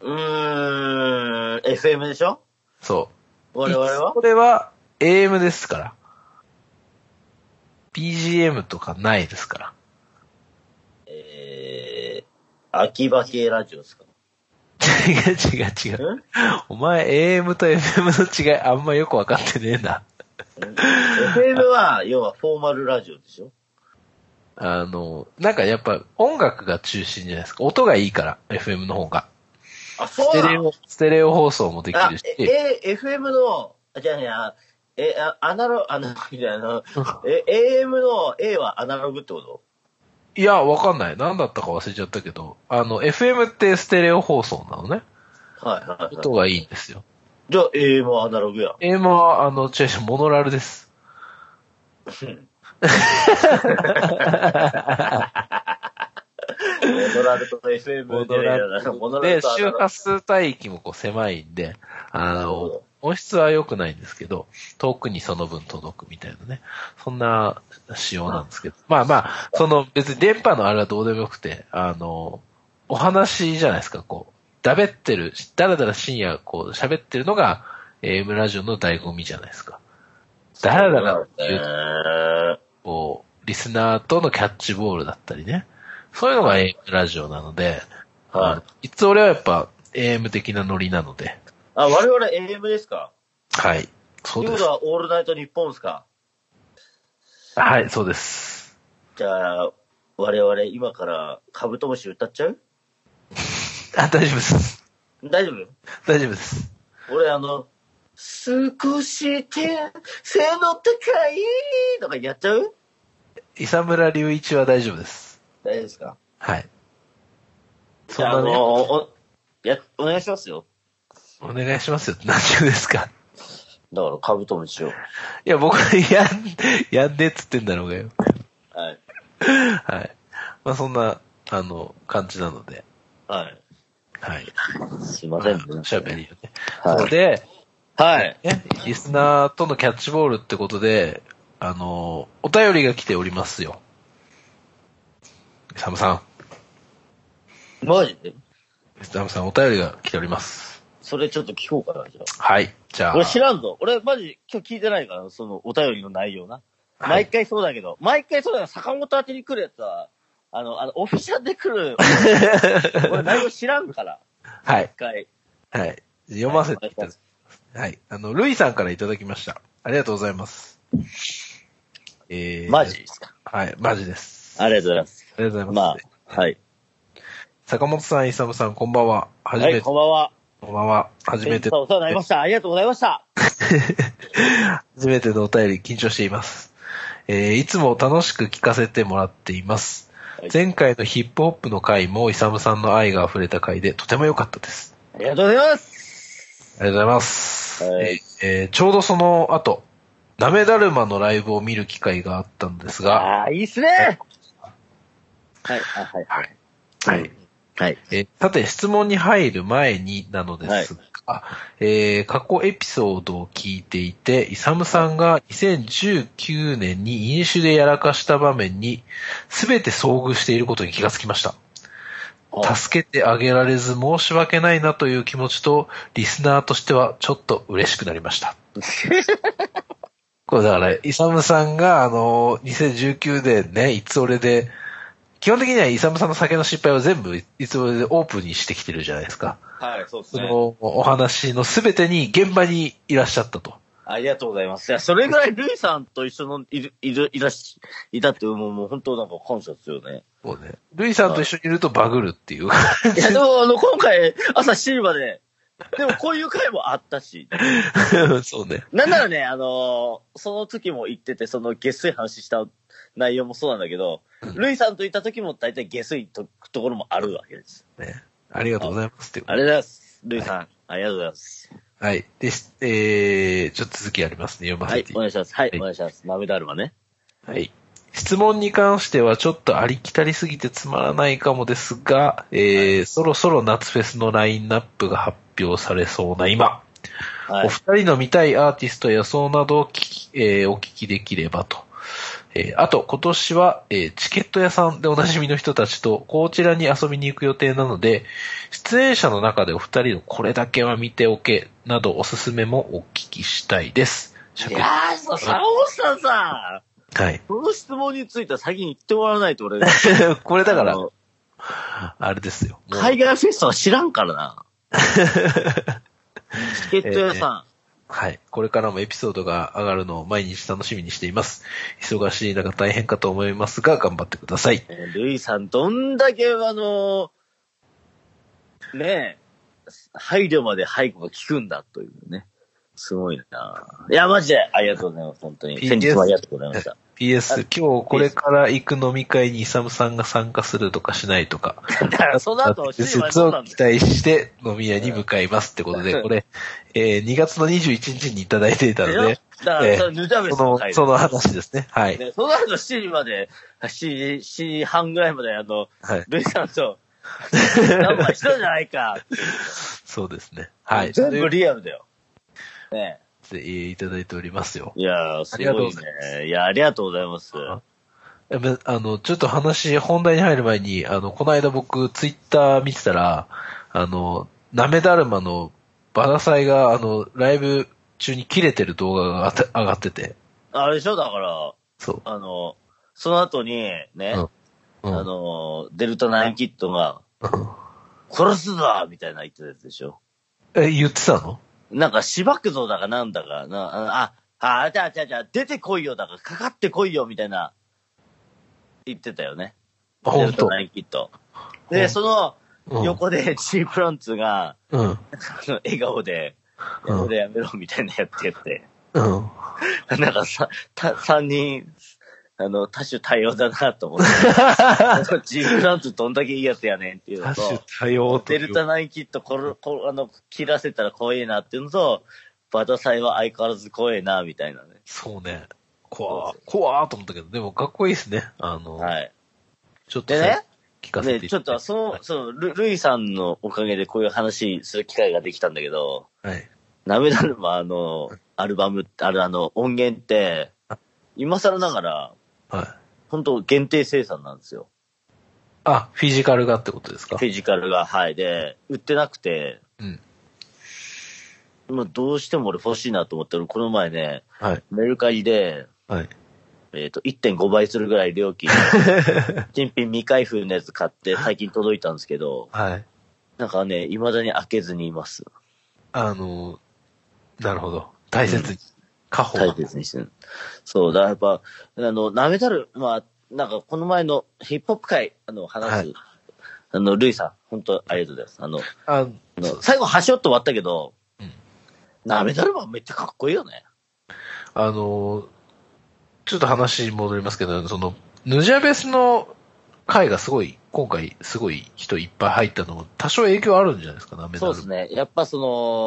FM でしょ？ そう。 我々は？ これは AM ですから。BGM とかないですから。 秋葉系ラジオですか？ 違う。お前 AM と FM の違いあんまよくわかってねえな。 FM は、要はフォーマルラジオでしょ？ なんかやっぱ音楽が中心じゃないですか。音がいいから、FM の方が。 あ、そうなの？ ステレオ放送もできるし。 FM の、アナログ、AM の A はアナログってこと？ いや、わかんない。何だったか忘れちゃったけど、FM ってステレオ放送なのね。 はいはい、 音がいいんですよ。 じゃあ AM はアナログや。 AM は、違う、モノラルです。モノラルと FM モノラルで、周波数帯域もこう狭いんで、音質は良くないんですけど、遠くにその分届くみたいなね。そんな仕様なんですけど。まあ、別に電波のあれはどうでもよくて、お話じゃないですか、こう、だらだら深夜こう喋ってるのが AM ラジオの醍醐味じゃないですか。だらだらっていうと、こう、リスナーとのキャッチボールだったりね。そういうのが AM ラジオなので、いつ俺はやっぱ AM 的なノリなので。 我々 AM ですか？ はい。そうです。 ということはオールナイトニッポンですか？ はい、そうです。 じゃあ、我々今からカブトムシ歌っちゃう？ 大丈夫です。 大丈夫？ 大丈夫です。 俺少し背の高いとかやっちゃう？ 伊佐村隆一は大丈夫です。 大丈夫ですか？ はい。 じゃあ、お願いしますよ。 お願いしますよ。何中ですか？ だから、カブトムシを。 いや、僕、やんでっつってんだろうがよ。 はい。 はい。まあ、そんな、感じなので。 はい。 はい。 すいませんね。 喋りよね。 はい。 それで、 はい。 リスナーとのキャッチボールってことで、お便りが来ておりますよ。イサムさん。マジで？ イサムさん、お便りが来ております。 それちょっと聞こうかな、じゃあ。 はい。じゃあ。 俺知らんぞ。俺マジ今日聞いてないから、そのお便りの内容な。はい、毎回そうだけど、坂本宛てに来るやつは、オフィシャルで来る。俺内容知らんから。 はい。 一回。 はい。読ませていただきます。はい。ルイさんからいただきました。ありがとうございます。 マジですか？ はい、マジです。 ありがとうございます。 ありがとうございます。 まあ、はい。 坂本さん、イサムさん、こんばんは。 はい、こんばんは。 こんばんは。初めて。 お世話になりました。ありがとうございました。 初めてのお便り、緊張しています。いつも楽しく聞かせてもらっています。はい、前回のヒップホップの回も、イサムさんの愛が溢れた回で、とても良かったです。 ありがとうございます。 ありがとうございます。 はい、 ちょうどその後、なめだるまのライブを見る機会があったんですが。 いいっすね。はい、はい。 はい。はい。さて、質問に入る前になのですが、過去エピソードを聞いていて、イサムさんが2019年に飲酒でやらかした場面に、すべて遭遇していることに気がつきました。助けてあげられず申し訳ないなという気持ちと、リスナーとしてはちょっと嬉しくなりました。これだから、イサムさんが2019年ね、いつ俺で、基本的にはイサムさんの酒の失敗を全部いつ俺でオープンにしてきてるじゃないですか。 はい、そうですね。 そのお話のすべてに現場にいらっしゃったと。 ありがとうございます。いや、それぐらいルイさんと一緒のいたってもう本当なんか感謝ですよね。 そうね。ルイさんと一緒にいるとバグるっていう。いや、でも今回朝7時まで、でもこういう回もあったし。 そうね。 なんならね、その時も言ってて、その下水話した内容もそうなんだけど、ルイさんといた時も大体下水ところもあるわけです。 ね。ありがとうございます。 ありがとうございます。ルイさん、はい、ありがとうございます。 はい。で、ちょっと続きありますね。読ませて。 はい、お願いします。はい、お願いします。なめだるまね。 はい。質問に関してはちょっとありきたりすぎてつまらないかもですが、そろそろ夏フェスのラインナップが発表されそうな今、はい、お二人の見たいアーティストや予想などをお聞きできればと。あと、今年は、チケット屋さんでおなじみの人たちと、こちらに遊びに行く予定なので、出演者の中でお二人のこれだけは見ておけ、などおすすめもお聞きしたいです。 いやー、坂本さんさ、 はい。 この質問については先に言ってもらわないと俺。 これだから、あれですよ。 海外フェスは知らんからな。チケット屋さん。 はい。これからもエピソードが上がるのを毎日楽しみにしています。忙しい中大変かと思いますが、頑張ってください。 ルイさん、どんだけねえ、配慮まで背後が効くんだというね。すごいな。いや、マジでありがとうございます。本当に。先日はありがとうございました。 PS、今日これから行く飲み会にイサムさんが参加するとかしないとか。 だからその後、 施設を期待して飲み屋に向かいますってことで、これ、2月の21日にいただいていたので、 だから、その話ですね。はい。 その後7時まで、7時半ぐらいまで、はい、ルイさんと、何枚したじゃないか。 そうですね。はい。 全部リアルだよ。ねいただいておりますよ。 いやー、すごいね。いや、ありがとうございます。ちょっと本題に入る前に、この間僕、ツイッター見てたら、なめだるまのバナサイが、ライブ中に切れてる動画が上がってて。 あれでしょだから、 そう。 その後に、ね、デルタナインキットが、殺すぞみたいな言ってたやつでしょ。 言ってたの？ なんか、しばくぞだかなんだか、じゃあ、出てこいよだか、かかってこいよみたいな、言ってたよね。 ほんと。 ナインキット。で、その、横で、チープランツが、笑顔で、やめろみたいなやってて、なんか3人、多種多様だなと思って。チープランツどんだけいいやつやねんっていうのと、 多種多様とデルタナインキット切らせたら怖えなっていうのと、バタサイは相変わらず怖えな、みたいなね。 そうね。怖ーと思ったけど、でもかっこいいですね。 はい。 ちょっとね、 聞かせて。 ちょっとルイさんのおかげでこういう話する機会ができたんだけど、 はい。 なめだるまアルバム、音源って、今更ながら、 はい。 本当限定生産なんですよ。 あ、フィジカルがってことですか？ フィジカルが、はい。で、売ってなくて、まあ、どうしても俺欲しいなと思ってる。この前ね、 はい。 メルカリで、 はい。 1.5 倍するぐらい料金、新品未開封のやつ買って最近届いたんですけど、 はい。 なんかね、未だに開けずにいます。 なるほど。大切に。 大切にしてる。そう、だやっぱ、なめたる、まあ、なんかこの前のヒップホップ界、話す、ルイさん、本当ありがとうございます。最後、はしょっと終わったけど、なめたるはめっちゃかっこいいよね。 ちょっと話戻りますけど、ヌジャベスの回が今回すごい人いっぱい入ったのも、多少影響あるんじゃないですか、なめたる。 そうですね。やっぱ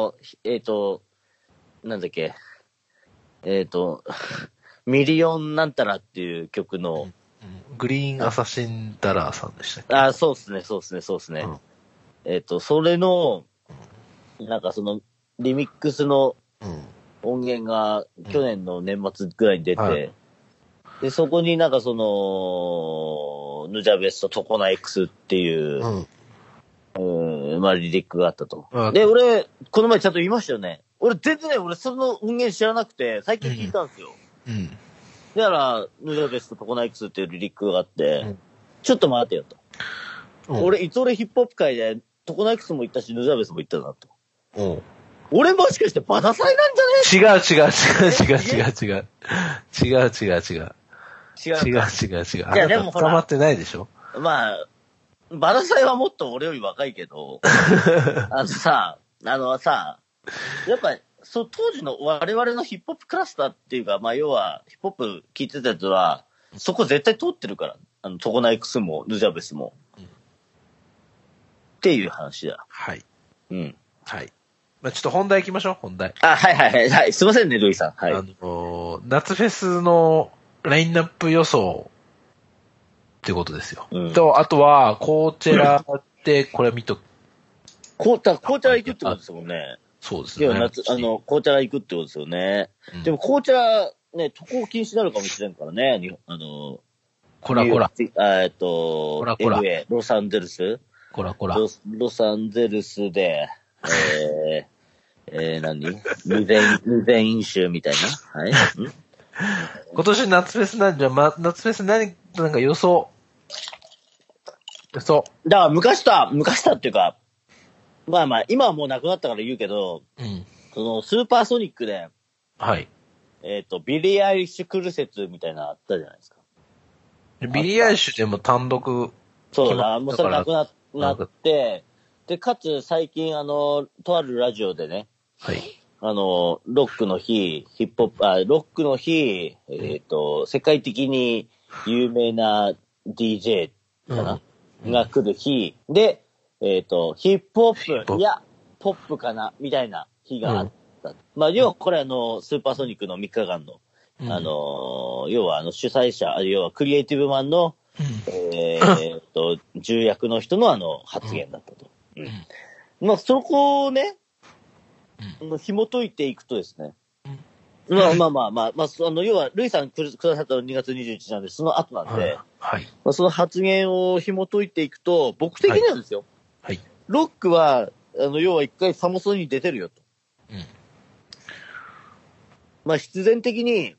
なんだっけ、ミリオンなんたらっていう曲の、 グリーンアサシンダラーさんでしたっけ？ そうですね。それの、なんかリミックスの音源が去年の年末ぐらいに出て、で、そこになんかヌジャベスとトコナ X っていう、まあリリックがあったと。で、俺、この前ちゃんと言いましたよね。俺全然ね、その音源知らなくて、最近聞いたんですよ。だから、ヌジャベスとトコナ X っていうリリックがあって、ちょっと待てよと。俺ヒップホップ界でトコナ X も行ったし、ヌジャベスも行ったなと。俺もしかしてバタサイなんじゃね？ 違う。いや、でも捕まってないでしょ？ まあ、バタサイはもっと俺より若いけど、やっぱ、当時の我々のヒップホップクラスターっていうか、まあ要は、ヒップホップ聞いてたやつは、そこ絶対通ってるから。トコナ X も、ヌジャベスも。っていう話だ。 はい。 はい。 まあちょっと本題行きましょう、本題。 はい。すいませんね、ルイさん。はい。 夏フェスのラインナップ予想ってことですよ。あとは、コーチェラって、これ見と紅茶行くってことですもんね。 そうですね。 紅茶行くってことですよね。でも紅茶、ね、渡航禁止になるかもしれんからね。 こら。 LA、ロサンゼルスこら。 ロサンゼルスで、未然飲酒みたいな。はい。 今年夏フェスなんじゃ、夏フェスなんか予想。だから昔だっていうか、まあ、今はもうなくなったから言うけど、スーパーソニックで、 はい。 ビリー・アイリッシュクル説みたいなのあったじゃないですか。 ビリー・アイリッシュでも単独。 そうだ、もうそれなくなって、で、かつ最近とあるラジオでね、 はい。 ロックの日、ヒップホップ、ロックの日、世界的に有名な DJ かな、が来る日、で、ヒップホップ、いや、ポップかなみたいな日があった。まあ、要はこれスーパーソニックの3日間の、要は主催者、要はクリエイティブマンの、重役の人の発言だったと。まあ、そこをね、紐解いていくとですね。まあ、要は、ルイさんくださったの2月21日なんで、その後なんで、 はい。 まあ、その発言を紐解いていくと、僕的になんですよ。 はい。 ロックは、要は一回サマソニに出てるよと。まあ、必然的に、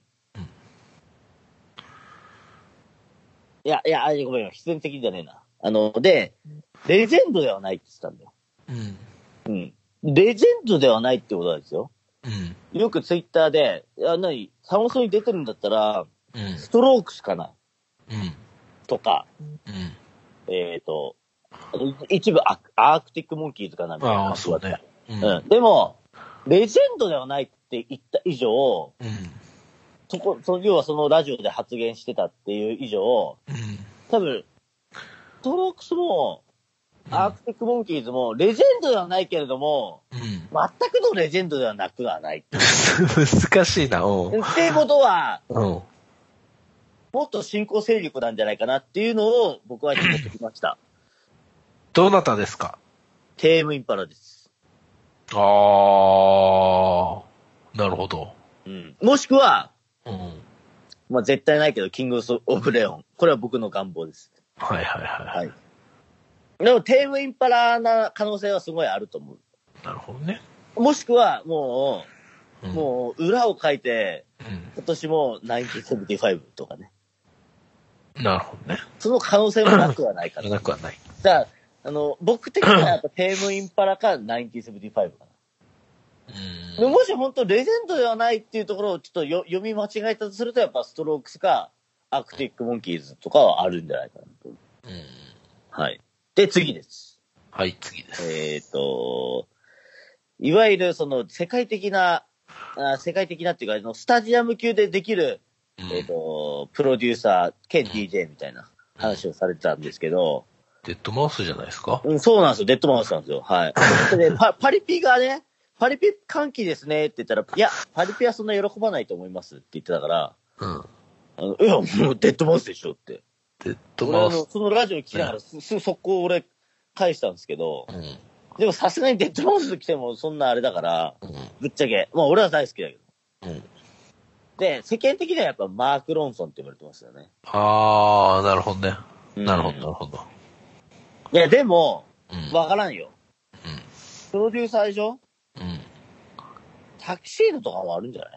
いや、ごめんよ、必然的にじゃねえな。で、レジェンドではないって言ってたんだよ。レジェンドではないってことなんですよ。よくツイッターで、サマソニ出てるんだったら、ストロークスかな、とか、一部アークティックモンキーズかなみたいな。 そうね。 でも、レジェンドではないって言った以上、要はそのラジオで発言してたっていう以上、多分、ストロークスも、アークティックモンキーズも、レジェンドではないけれども、全くのレジェンドではなくはない。 難しいな、 っていうことは、もっと新興勢力なんじゃないかなっていうのを僕は紐解きました。 どなたですか？ テームインパラです。 なるほど。 もしくは、まあ絶対ないけど、キングオブレオン。これは僕の願望です。はい。でも、テームインパラな可能性はすごいあると思う。 なるほどね。 もしくは、もう、裏を書いて、今年も1975とかね。 なるほどね。その可能性もなくはないから。 なくはない。 じゃあ、僕的にはやっぱテームインパラか1975かな。もし本当レジェンドではないっていうところをちょっと読み間違えたとすると、やっぱストロークスかアクティックモンキーズとかはあるんじゃないかなと。はい。で、次です。 はい、次です。 いわゆるその世界的なっていうか、スタジアム級でできる、プロデューサー兼 DJ みたいな話をされてたんですけど、 デッドマウスじゃないですか？ そうなんですよ。デッドマウスなんですよ。はい。でパリピがね、パリピ歓喜ですねって言ったら、いや、パリピはそんな喜ばないと思いますって言ってたから、いや、もうデッドマウスでしょって。 デッドマウス。 そのラジオ聞きながら、速攻俺返したんですけど、でもさすがにデッドマウス来てもそんなあれだから、ぶっちゃけ。まあ俺は大好きだけど。で、世間的にはやっぱマーク・ロンソンって言われてますよね。 なるほどね。なるほど。 いや、でも、わからんよ。プロデューサーでしょ？タキシードとかもあるんじゃない？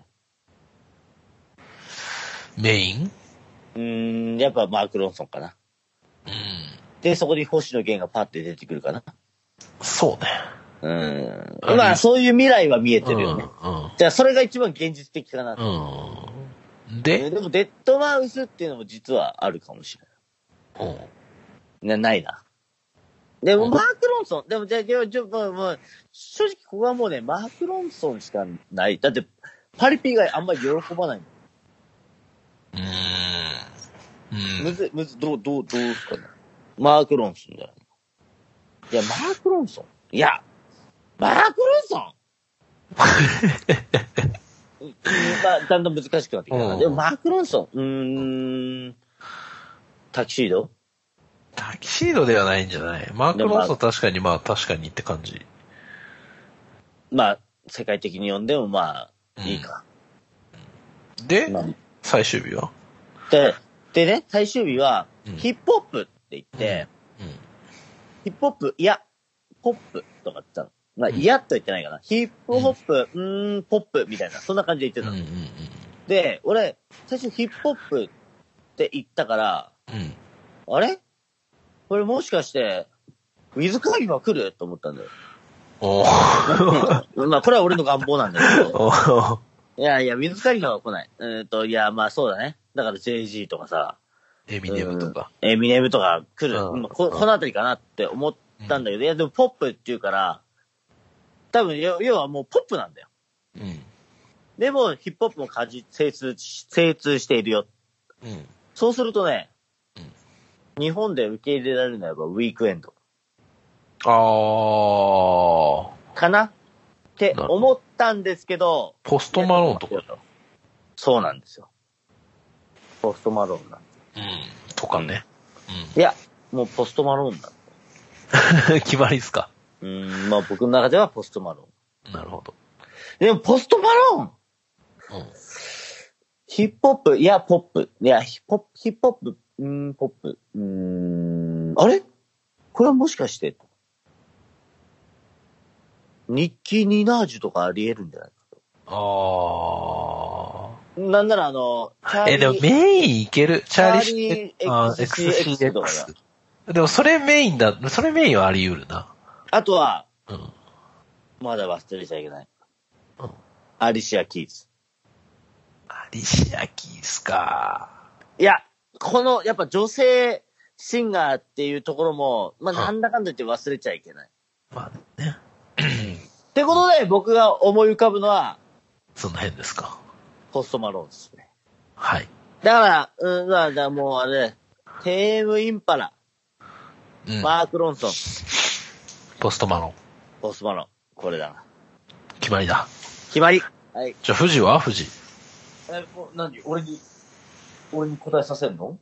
メイン？やっぱマーク・ロンソンかな。で、そこに星野源がパッて出てくるかな。 そうね。 まあ、そういう未来は見えてるよね。じゃあ、それが一番現実的かな。でも、デッドマウスっていうのも実はあるかもしれない。ないな。でも、マーク・ロンソン、でも、もう、正直、ここはもうね、マーク・ロンソンしかない。だって、パリピ以外あんまり喜ばない。どうすかね。マーク・ロンソンじゃない。いや、マーク・ロンソン。いや、マーク・ロンソンまあ、だんだん難しくなってきた。でも、マーク・ロンソン。タキシードではないんじゃない？マーク・ロンソン確かにって感じ。 まあ、世界的に読んでもいいか。 で、最終日は？ でね、最終日は、ヒップホップって言って、ヒップホップ、いや、ポップとかって言ったの。まあ、いやと言ってないかな。ヒップホップ、ポップみたいな、そんな感じで言ってたの。で、俺、最初ヒップホップって言ったから、あれこれもしかして、ウィズカリファ来ると思ったんだよ。まあ、これは俺の願望なんだけど。いや、ウィズカリファは来ない。いや、まあそうだね。だから JG とかさ。 エミネムとか来る。このあたりかなって思ったんだけど、いや、でもポップって言うから、多分、要はもうポップなんだよ。 うん。 でも、ヒップホップも精通しているよ。 うん。 そうするとね、日本で受け入れられるのはウィークエンド。かなって思ったんですけど。 ポストマローンとか。 そうなんですよ。ポストマローンなんですよ。うん。とかね。 うん。いや、もうポストマローンなん決まりっすか。 まあ僕の中ではポストマローン。なるほど。 でもポストマローン、ヒップホップ、いや、ポップ。いや、ヒップホップ、ポップ。あれこれはもしかして、ニッキー・ミナージュとかあり得るんじゃないかと。なんならでもメインいける。チャーリー XCX とかだ。でもそれメインはあり得るな。 あとは、まだ忘れちゃいけない。アリシア・キーズ。 アリシア・キーズか。 いや、やっぱ女性シンガーっていうところも、まあ、なんだかんだ言って忘れちゃいけない。 まあね。 ってことで、僕が思い浮かぶのは、 その辺ですか。 ポストマローンですね。 はい。 だから、もうあれ、テームインパラ、マーク・ロンソン。 ポストマローン。 ポストマローン。これだな。 決まりだ。 決まり。はい。 じゃあ、富士は富士。 何俺に答えさせんの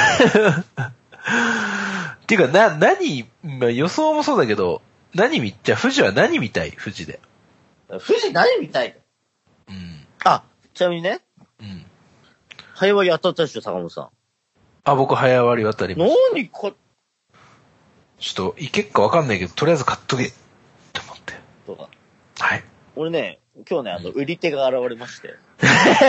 っていうか、まあ、予想もそうだけど、じゃあ富士は何見たい富士で。 富士何見たい？あ、ちなみにね。早割り当たったでしょ、坂本さん。 あ、僕早割り渡りました。ちょっと、いけっかわかんないけど、とりあえず買っとけ。って思って。 そうか。 はい。 俺ね、今日ね、売り手が現れまして。 プ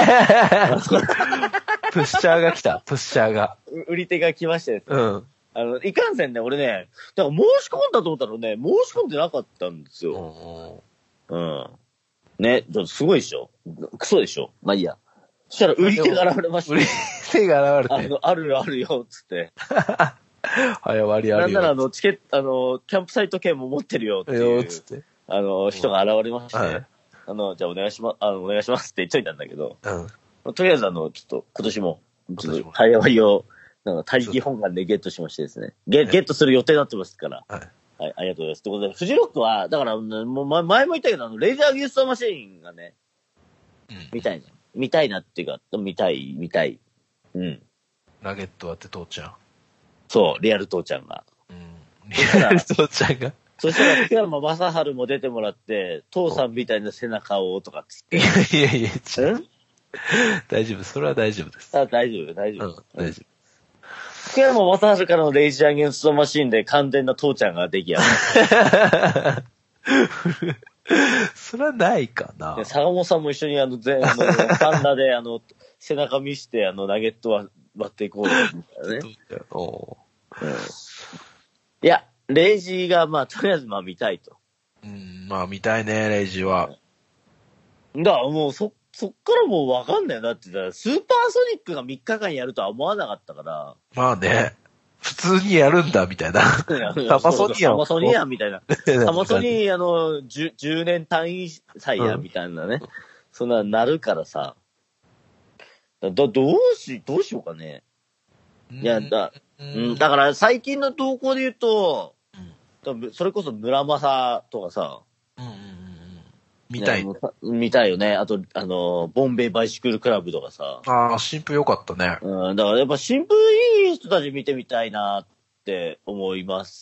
ッシャーが来た、 売り手が来ましてですね。いかんせんね、俺ね、だから申し込んだと思ったらね、申し込んでなかったんですよ。ね、すごいでしょ？クソでしょ？まあいいや。そしたら売り手が現れました。 売り手が現れて。 あるよ、つって。 早割りあるよ。 なんならチケット、キャンプサイト券も持ってるよっていう。つって。人が現れまして。じゃあお願いしますって言っといたんだけど。とりあえずちょっと今年も、早割りを、大気本願でゲットしましてですね。ゲットする予定になってますから。はい。はい、ありがとうございます。ということで、フジロックは、だから、もう前も言ったけど、レイザーギューストマシーンがね、見たいなっていうか、見たい。 ナゲットあって父ちゃん。 そう、リアル父ちゃんが。 リアル父ちゃんが。 そしたら、福山雅治も出てもらって、父さんみたいな背中をとかつって。 いや、大丈夫、それは大丈夫です。 大丈夫。大丈夫。福山雅治からのレイジー・アゲンスト・マシーンで完全な父ちゃんが出来上がる。 それはないかな。 坂本さんも一緒にバンダで背中見してナゲットは割っていこうよ、みたいなね。いや、レイジーがとりあえず見たいと。 見たいね、レイジーは。 だからもうそっからもうわかんないよ。だってスーパーソニックが3日間やるとは思わなかったから。 まあね。普通にやるんだ、みたいな。サマソニアみたいな。 サマソニ10年単位祭や、みたいなね。そんななるからさ。どうしようかね。いや、だから最近の投稿で言うと、それこそ村正とかさ、見たいよね。あと、ボンベイバイシクルクラブとかさ。 新婦良かったね。 だからやっぱ新婦いい人たち見てみたいなって思います。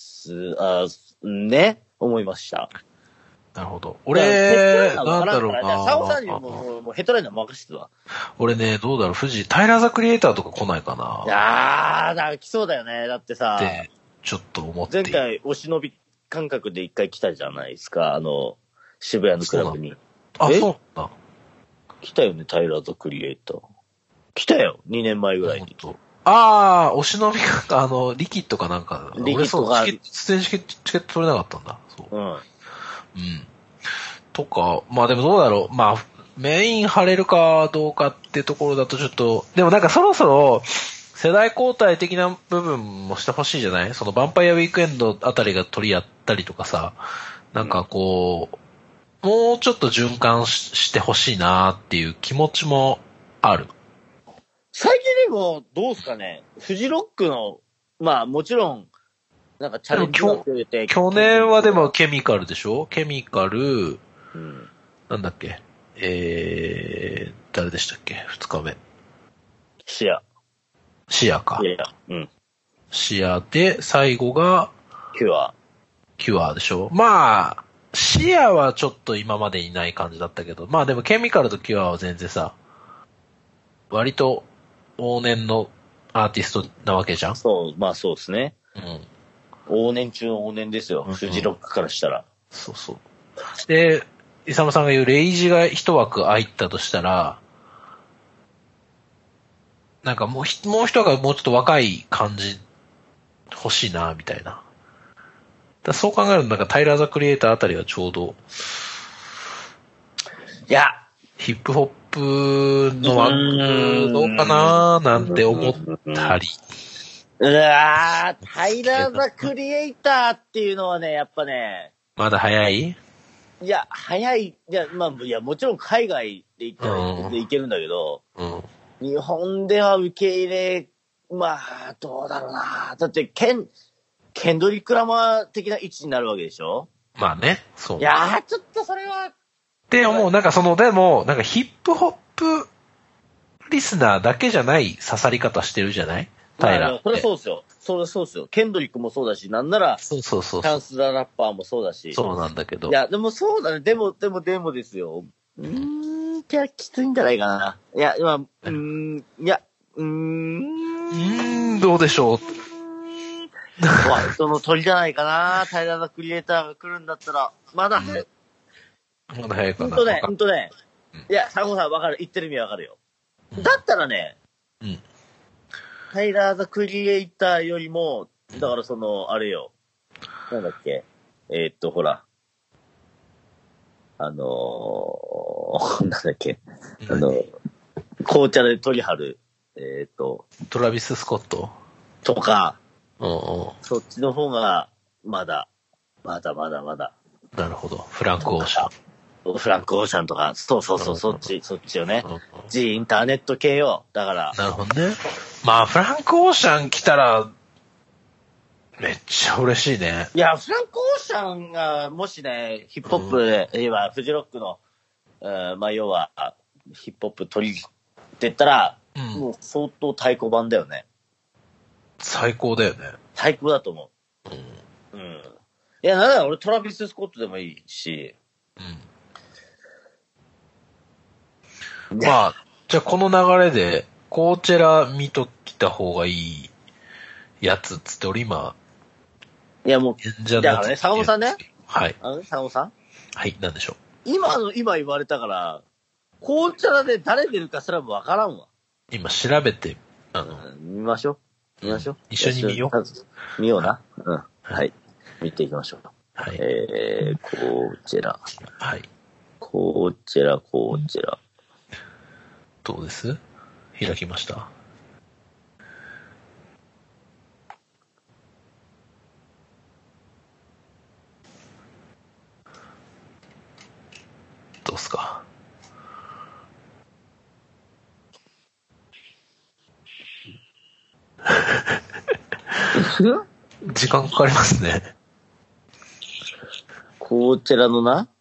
思いました。 なるほど。俺、なんだろうな。 サオさんにもうヘッドライナー任せてたわ。 俺ね、どうだろう、富士、タイラーザクリエイターとか来ないかな。 いやー、来そうだよね。だってさ、 ってちょっと思って。 前回、お忍び感覚で一回来たじゃないですか。渋谷のクラブに。 そうだ。 来たよね、タイラーザクリエイター。来たよ、2年前ぐらいに。 お忍びか、リキッドかなんか。 リキッドが。 出演チケット取れなかったんだ。そう。とか、でもどうだろう。メイン張れるかどうかってところだとちょっと、でもそろそろ、世代交代的な部分もしてほしいじゃない？そのヴァンパイアウィークエンドあたりが取り合ったりとかさ、 もうちょっと循環してほしいなっていう気持ちもある。 最近でも、どうすかね、フジロックの、まあもちろん、なんかチャレンジが増えて。 去年はでもケミカルでしょ？ケミカル、 うん、 なんだっけ誰でしたっけ ?2 日目。 シアか。うん。 シアで、最後が、 キュアでしょ？まあ、シアはちょっと今までいない感じだったけど、まあでもケミカルとキュアは全然さ、割と往年のアーティストなわけじゃん？ そう、まあそうですね。 うん。 往年中の往年ですよ。フジロックからしたら。 そうそう。で、イサムさんが言うレイジが一枠空いたとしたら、なんかもう一枠がもうちょっと若い感じ欲しいな、みたいな。だそう考えるとなんかタイラー・ザ・クリエイターあたりがちょうど、 いや、 ヒップホップの枠どうかななんて思ったり。 タイラー・ザ・クリエイターっていうのはね、やっぱね。 まだ早い？ いや、早い。いや、まあ、いや、もちろん海外で行ったらいけるんだけど、日本では受け入れ、まあ、どうだろうな。だって、ケンドリック・ラマー的な位置になるわけでしょ？ まあね、そう。 いやー、ちょっとそれは。 でも、なんかでも、なんかヒップホップリスナーだけじゃない刺さり方してるじゃない？タイラーって。 それはそうですよ。それはそうですよ。ケンドリックもそうだし、なんなら、 そう。チャンス・ザ・ラッパーもそうだし。 そうなんだけど。 いや、でもそうだね。でもですよ。じゃあきついんじゃないかな。いや、 どうでしょう。 その鳥じゃないかな。タイラー・ザ・クリエイターが来るんだったら、まだ早い。 まだ早いかな。 ほんとね。いや、サゴさんわかる。言ってる意味わかるよ。だったらね、タイラー・ザ・クリエイターよりも、だからあれよ。なんだっけ。ほら。なんだっけ。紅茶で鳥張る。 トラビス・スコットとか、 そっちの方が、まだ。 なるほど。フランク・オーシャンとか、そっちよね。インターネット系よ。だから。 なるほどね。まあ、フランク・オーシャン来たら、めっちゃ嬉しいね。 いや、フランク・オーシャンが、もしね、ヒップホップで、今、フジロックの、まあ、要は、ヒップホップ取りって言ったら、もう相当太鼓判だよね。 最高だよね。 最高だと思う。いや、なんだ俺トラビス・スコットでもいいし。 まあ、じゃあこの流れで、コーチェラ見ときた方がいいやつっつって俺今、 いやもう、だからね、坂本さんね。 はい。 坂本さんはい、 なんでしょう。 今言われたから、コーチェラで誰出るかすらもわからんわ。 今調べて、 見ましょう。 一緒に見よう。見ような。はい。見ていきましょう。 はい。 コーチェラ。 はい。 コーチェラ。 どうです？開きました。どうすか。時間かかりますね。 コーチェラのな。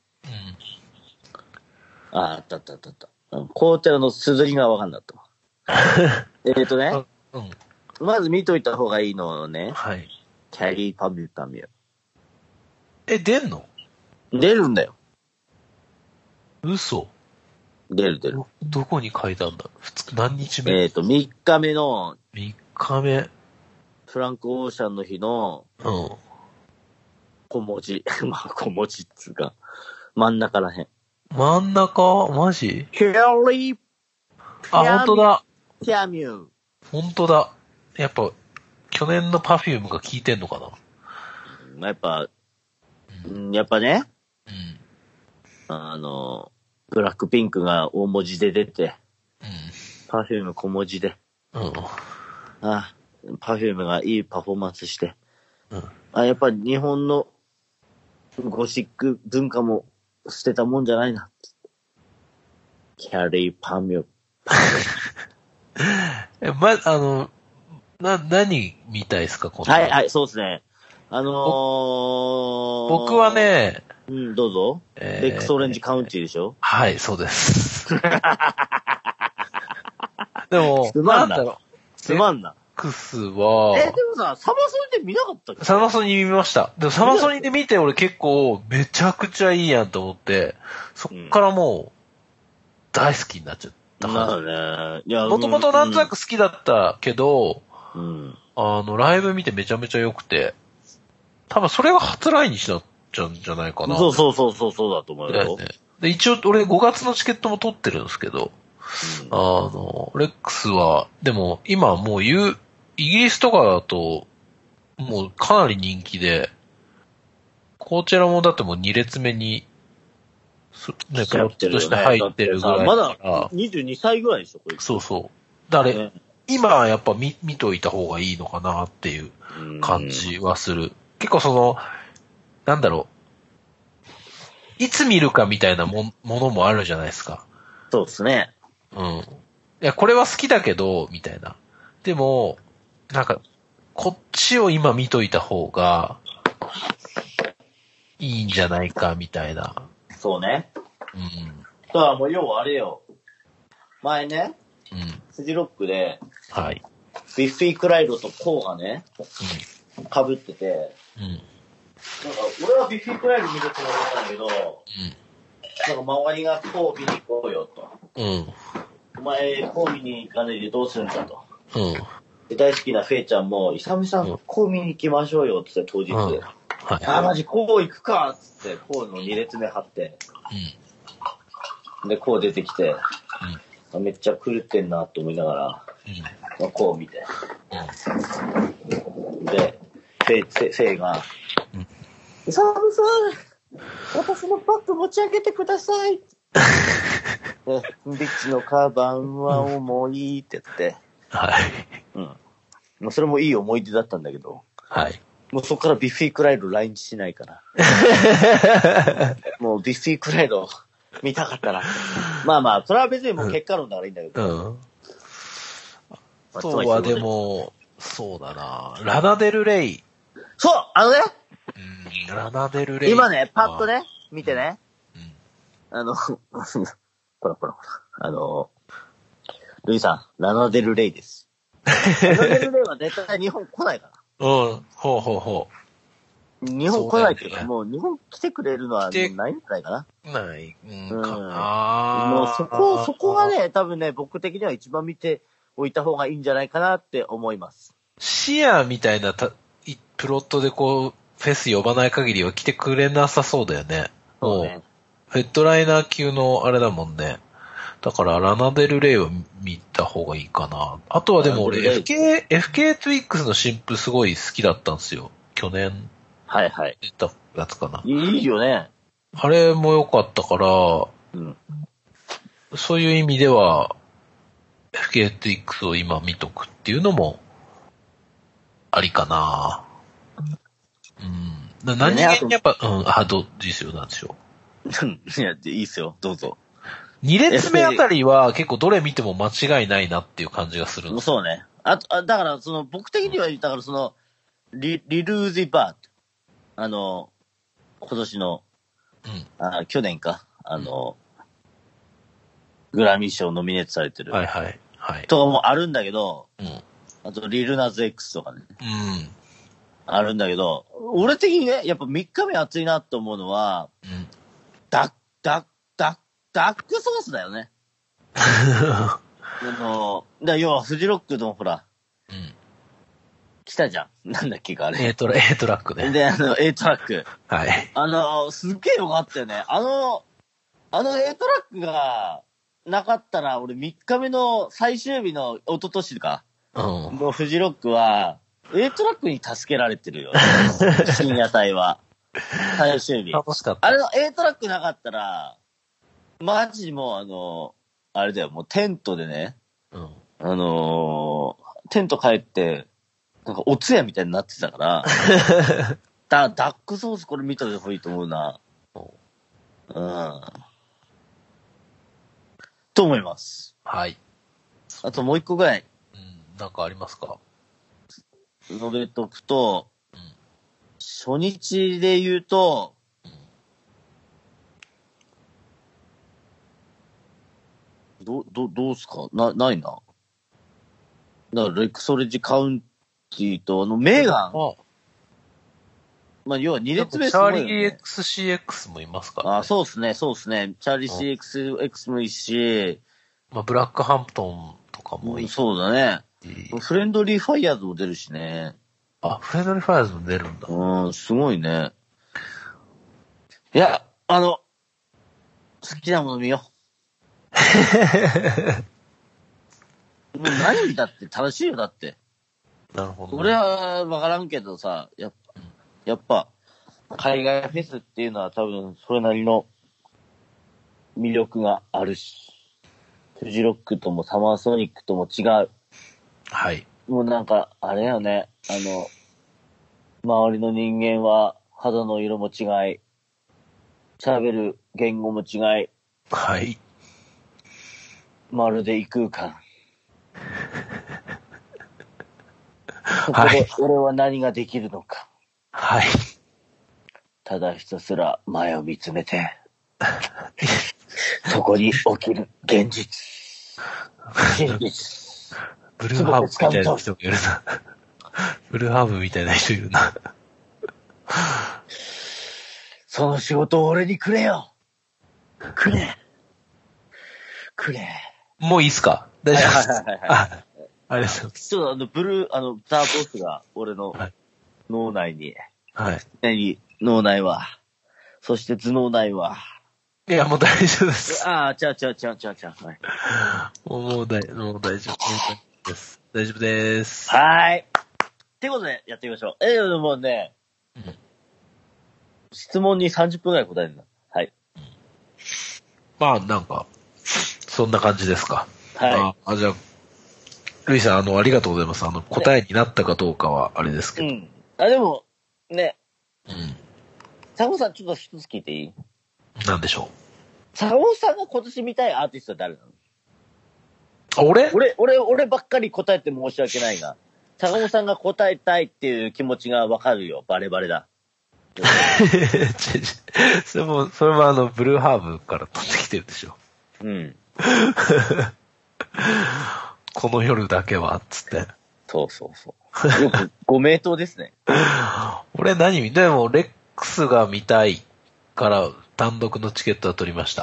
あった。コーチェラの綴りがわかんなかったわ。まず見といた方がいいのね。 はい。 キャリーパミュ。 出んの？ 出るんだよ。 嘘？ 出る。 どこに書いたんだ？何日目 ？3日目の。 3日目。 フランク・オーシャンの日の。小文字。まあ、小文字っつうか。真ん中らへん。 真ん中？マジ？ キャリー。 あ、本当だ。 キャミュー。 本当だ。やっぱ、去年のパフュームが効いてんのかな？ やっぱね。ブラックピンクが大文字で出て。パフューム小文字で。パフュームがいいパフォーマンスして。やっぱ日本のゴシック文化も捨てたもんじゃないな。キャリーパミュ。 何見たいですか、 はい、はい、そうですね。 僕はね、 うん、どうぞ。レックスオレンジカウンティでしょ？ はい、そうです。でも、 つまんな。 なんだろう。 つまんな。 レックスは、 でもさ、サマソニで見なかったっけ？ サマソニ見ました。でもサマソニで見て俺結構めちゃくちゃいいやんと思って、そっからもう大好きになっちゃった感じ。 ね。 もともとなんとなく好きだったけど、 うん、 ライブ見てめちゃめちゃ良くて、多分それが初来日だったんじゃないかな。 そうだと思うよ。 で、一応俺5月のチケットも取ってるんですけど、レックスは、でも今もうイギリスとかだと、もうかなり人気で、こちらもだってもう2列目に、ね、プロットとして入ってるぐらいだから。 まだ22歳ぐらいでしょ、これ。 そうそう。今はやっぱ見といた方がいいのかなっていう感じはする。結構なんだろう。いつ見るかみたいなものもあるじゃないですか。 そうですね。 うん。いや、これは好きだけど、みたいな。でも、なんか、こっちを今見といた方が、いいんじゃないか、みたいな。 そうね。 うん。 だからもう要はあれよ。前ね、 うん。 フジロックで、 はい。 ビッフィー・クライドとコーがね、被ってて、 うん。 なんか、俺はビッフィー・クライド見るつもりだったんだけど、なんか周りがコー見に行こうよと。 うん。 お前、コー見に行かないでどうするんだと。 うん。 で大好きなフェイちゃんも、イサムさん、コー見に行きましょうよって言って当日。 はい。 マジコー行くかっつって、コーの2列目張って。で、コー出てきて、めっちゃ狂ってんなと思いながら、コー見て。で、フェイが、イサムさん、私のバッグ持ち上げてください。で、ビッチのカバンは重いって言って。 はい。 もうそれもいい思い出だったんだけど。 はい。 もうそこからビッフィー・クライド来日しないから。もうビッフィー・クライド見たかったら。まあまあ、それは別にもう結果論だからいいんだけど。 あとはでも、そうだな。ラナデルレイ。 そうね。 ラナデルレイ。 今ね、パッとね、見てね。ほら。ルイさん、ラナデルレイです。ラナデルレイは絶対日本来ないから。 ほう。日本来ないっていうか、もう日本来てくれるのはないんじゃないかな。 ない、かな。 もうそこがね、多分ね、僕的には一番見ておいた方がいいんじゃないかなって思います。 シアみたいなプロットでこう、フェス呼ばない限りは来てくれなさそうだよね。 そうね。 ヘッドライナー級のあれだもんね。だから、ラナデルレイを見た方がいいかな。あとはでも俺、FK トゥイックスの新譜すごい好きだったんですよ。去年。 はいはい。 出たやつかな。 いいよね。 あれも良かったから、そういう意味では、FK トゥイックスを今見とくっていうのも、ありかな。何気にやっぱ、どうですよ、なんでしょう。いや、いいっすよ、どうぞ。 2列目あたりは結構どれ見ても間違いないなっていう感じがするんです。 そうね。だから僕的には、だからリルーズ・バート。今年の、去年か、グラミー賞ノミネートされてる。 はい。 とかもあるんだけど、あと、リルナズ X とかね。あるんだけど、俺的にね、やっぱ3日目熱いなと思うのは、ダックソースだよね。要はフジロックのほら、来たじゃん。なんだっけか、あれ。 A トラックね。 で、A トラック。 はい。 すっげえよかったよね。A トラックがなかったら、俺3日目の最終日の一昨年か。のフジロックは、A トラックに助けられてるよ。深夜帯は。最終日。 楽しかった。 あれの A トラックなかったら、マジもうあれだよ、もうテントでね、テント帰って、なんかお通夜みたいになってたから、ダックソースこれ見た方がいいと思うな。 うん。と思います。 はい。 あともう一個ぐらい。 なんかありますか？ 述べとくと、初日で言うと、どうすかないな。だから、レクソレジカウンティと、メーガン。まあ、要は2列目すごいよね。 チャーリー XCX もいますから、ね。 あ、そうですね。チャーリー CXX もいいし、 まあ、ブラックハンプトンとかもいい。 そうだね。フレンドリーファイヤーズも出るしね。 あ、フレンドリーファイヤーズも出るんだ。 すごいね。いや、好きなもの見よう。もう何見たって楽しいよ、だって。 なるほど、ね。 俺はわからんけどさ、やっぱ、海外フェスっていうのは多分それなりの魅力があるし、フジロックともサマーソニックとも違う。 はい。 もうなんか、あれよね、周りの人間は肌の色も違い、喋る言語も違い。 はい。 まるで異空間。 はい。 俺は何ができるのか。 はい。 ただひたすら前を見つめて、そこに起きる現実。真実。 ブルーハーブみたいな人がいるな。ブルーハーブみたいな人いるな。 その仕事を俺にくれよ。くれ。 もういいっすか？大丈夫です。 はい。 ありがとうございます。 ちょっとザ・ボスが俺の脳内に、 はい。 脳内は、そして頭脳内は。 いや、もう大丈夫です。 ああ、違う。はい。 もう大丈夫です。大丈夫です。 はい。ってことで、やってみましょう。もうね、質問に30分くらい答えるんだ。はい。 まあ、なんか、そんな感じですか。 はい。 じゃあ、ルイさん、ありがとうございます。答えになったかどうかは、あれですけど。 でも、ね。坂本さん、ちょっと一つ聞いていい？ なんでしょう。 坂本さんが今年見たいアーティストは誰なの？俺ばっかり答えて申し訳ないが、坂本さんが答えたいっていう気持ちがわかるよ。バレバレだ。 それもブルーハーブから取ってきてるでしょ。この夜だけは、つって。 そう。よくご名答ですね。 俺でも、レックスが見たいから単独のチケットは取りました。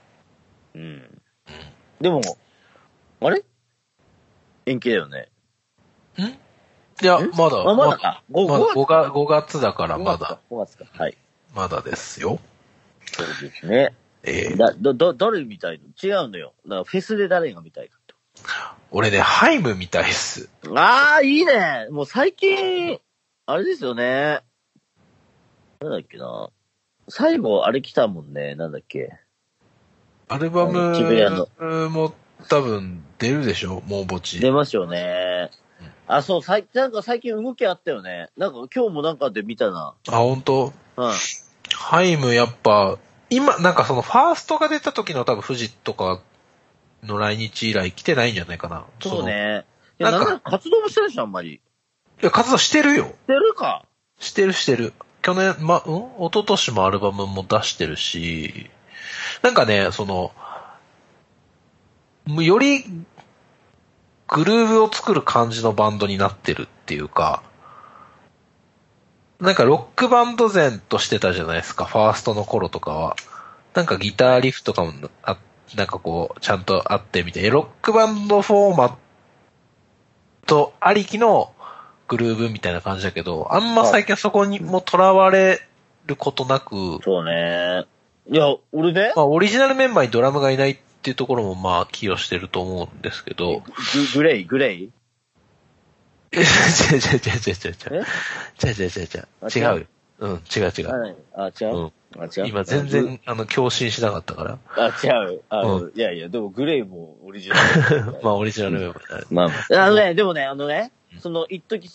でも、あれ？延期だよね。 いや、まだ。 まだか。 5月だからまだ。 5月か。はい。 まだですよ。 そうですね。誰見たいの？違うのよ。だからフェスで誰が見たいかと。 俺ね、ハイム見たいっす。 ああ、いいね。もう最近、あれですよね。なんだっけな。最後、あれ来たもんね。なんだっけ。 アルバムも多分出るでしょ？もう墓地。 出ますよね。そう、なんか最近動きあったよね。なんか今日もなんかで見たな。 本当？ハイムやっぱ、今、なんかそのファーストが出た時の多分富士とかの来日以来来てないんじゃないかな。 そうね。なんか活動もしてるでしょ、あんまり。 いや、活動してるよ。 してるか。 してる。去年、一昨年もアルバムも出してるし、なんかね、よりグルーヴを作る感じのバンドになってるっていうか、なんかロックバンド前としてたじゃないですか、ファーストの頃とかは。なんかギターリフとかもなんかこう、ちゃんとあってみたいな。ロックバンドフォーマットありきのグルーヴみたいな感じだけど、あんま最近そこにも囚われることなく。 そうね。いや、俺ね。 オリジナルメンバーにドラムがいないっていうところも寄与してると思うんですけど。 グレイ違う。違うよ。違う。 違う。 今全然、共振しなかったから。 違う。いや、でもグレイもオリジナル。 オリジナルメンバーね。でもね、一時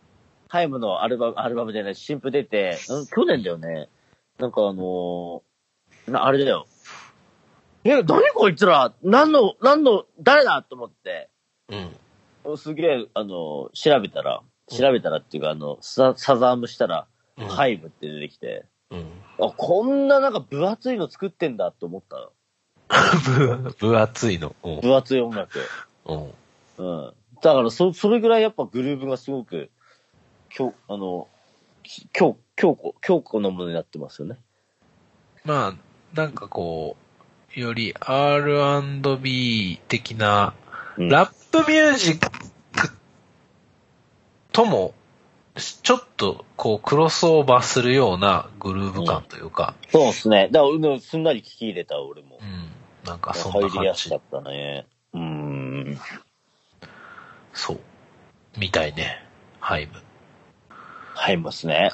ハイムのアルバムじゃない、新譜出て、去年だよね。なんかあれだよ。何こいつら誰だと思って。うん。すげえ、調べたらっていうか、サザームしたら、ハイムって出てきて、あ、こんななんか分厚いの作ってんだって思ったの。 分厚いの。 分厚い音楽。うん。だからそれぐらいやっぱグルーヴがすごく、強固なものになってますよね。 まあ、なんかこう、より R&B 的な、ラップミュージックとも、ちょっとこうクロスオーバーするようなグルーヴ感というか。 そうですね。だからすんなり聞き入れた俺も。 なんかそんな感じ。 入りやすかったね。 そう。みたいね。ハイム。 ハイムっすね。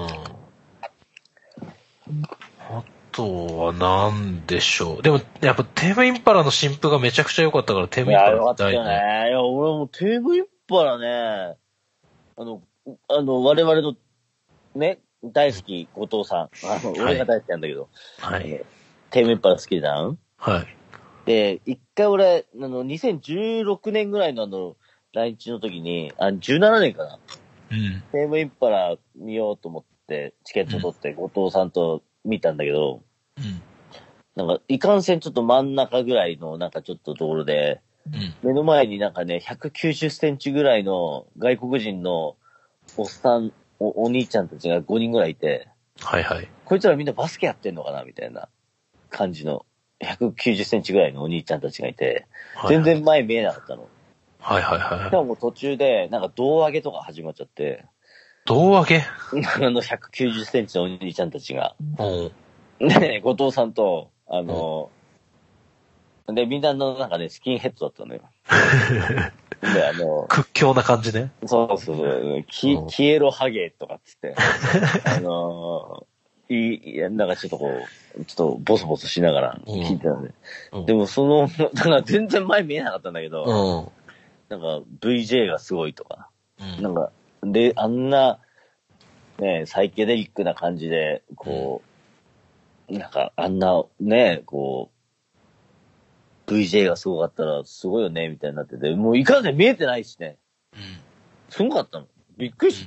あとはなんでしょう。でも、やっぱテームインパラの新譜がめちゃくちゃ良かったから、テームインパラ良かったよね。いや、俺もテームインパラね、我々のね、大好き後藤さん。俺が大好きなんだけど。 はい。 テームインパラ好きじゃん？ はい。 で、一回俺、2016年ぐらいの来日の時に、17年かな。テームインパラ見ようと思って、チケット取って後藤さんと見たんだけど、なんか、いかんせんちょっと真ん中ぐらいの、なんかちょっとところで、目の前になんかね、190センチぐらいの外国人のおっさん、お兄ちゃんたちが5人ぐらいいて、 はいはい。 こいつらみんなバスケやってんのかなみたいな感じの、190センチぐらいのお兄ちゃんたちがいて、全然前見えなかったの。 はいはいはい。 しかも途中で、なんか胴上げとか始まっちゃって。 胴上げ 190センチのお兄ちゃんたちが。で、後藤さんと、で、みんななんかね、スキンヘッドだったのよ。で、 屈強な感じね。 そうそうそう。消えろハゲとかっつって。なんかちょっとこう、ちょっとボソボソしながら聞いてたんで。でもだから全然前見えなかったんだけど、なんか VJ がすごいとか、なんか、で、あんな、ね、サイケデリックな感じで、こう、なんかあんな、ね、こう、VJ がすごかったらすごいよね、みたいになってて、もういかんせん見えてないしね。すごかったの。びっくりした。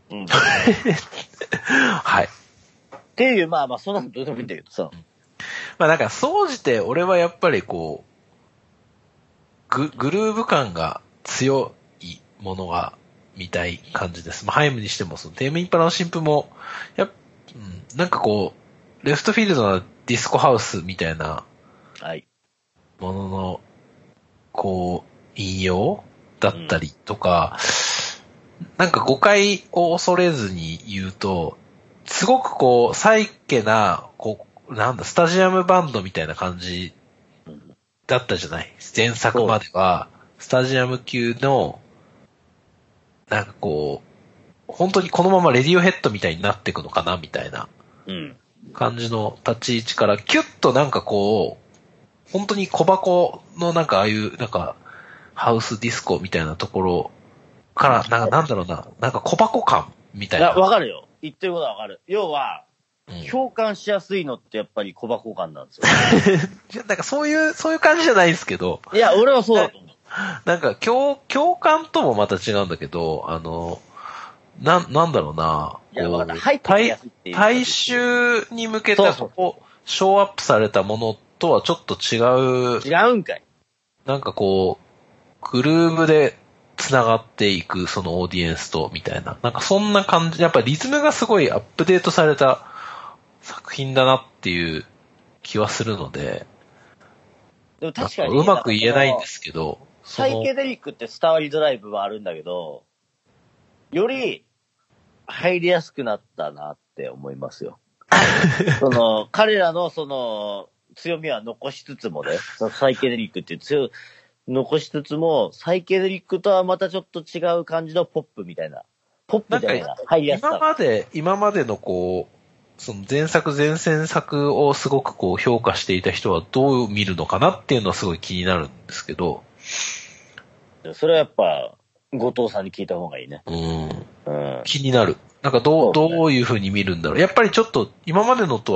はい。 っていう、まあ、そんなのどうでもいいんだけどさ。 まあなんか、総じて俺はやっぱりこう、グルーヴ感が強いものが見たい感じです。まあハイムにしても、そのテームインパラの新譜も、なんかこう、レフトフィールドのディスコハウスみたいな、ものの、こう、引用だったりとか、なんか誤解を恐れずに言うと、すごくこう、サイケな、こう、スタジアムバンドみたいな感じだったじゃない。前作までは、スタジアム級の、なんかこう、本当にこのままレディオヘッドみたいになっていくのかなみたいな感じの立ち位置からキュッとなんかこう、本当に小箱のなんかああいうなんかハウスディスコみたいなところからなんだろうな、なんか小箱感みたいな。 わかるよ。言ってることはわかる。要は、共感しやすいのってやっぱり小箱感なんですよ。 なんかそういう感じじゃないですけど。 いや、俺はそうだと思う。 なんか共感ともまた違うんだけど、なんだろうな、大衆に向けたショーアップされたものとはちょっと違うんかい。 なんかこう、グルーヴで繋がっていくそのオーディエンスと、みたいな。なんかそんな感じ、やっぱリズムがすごいアップデートされた作品だなっていう気はするので、 でも確かにうまく言えないんですけど、 サイケデリックって伝わりづらい部分はあるんだけど、より入りやすくなったなって思いますよ。彼らの強みは残しつつもね、サイケデリックって残しつつも、サイケデリックとはまたちょっと違う感じのポップみたいな。ポップじゃないな。入りやすさ。 今までのこう、その前作前々作をすごくこう評価していた人はどう見るのかなっていうのはすごい気になるんですけど。 それはやっぱ、後藤さんに聞いた方がいいね。 気になる。なんかどういう風に見るんだろう。やっぱりちょっと今までのとは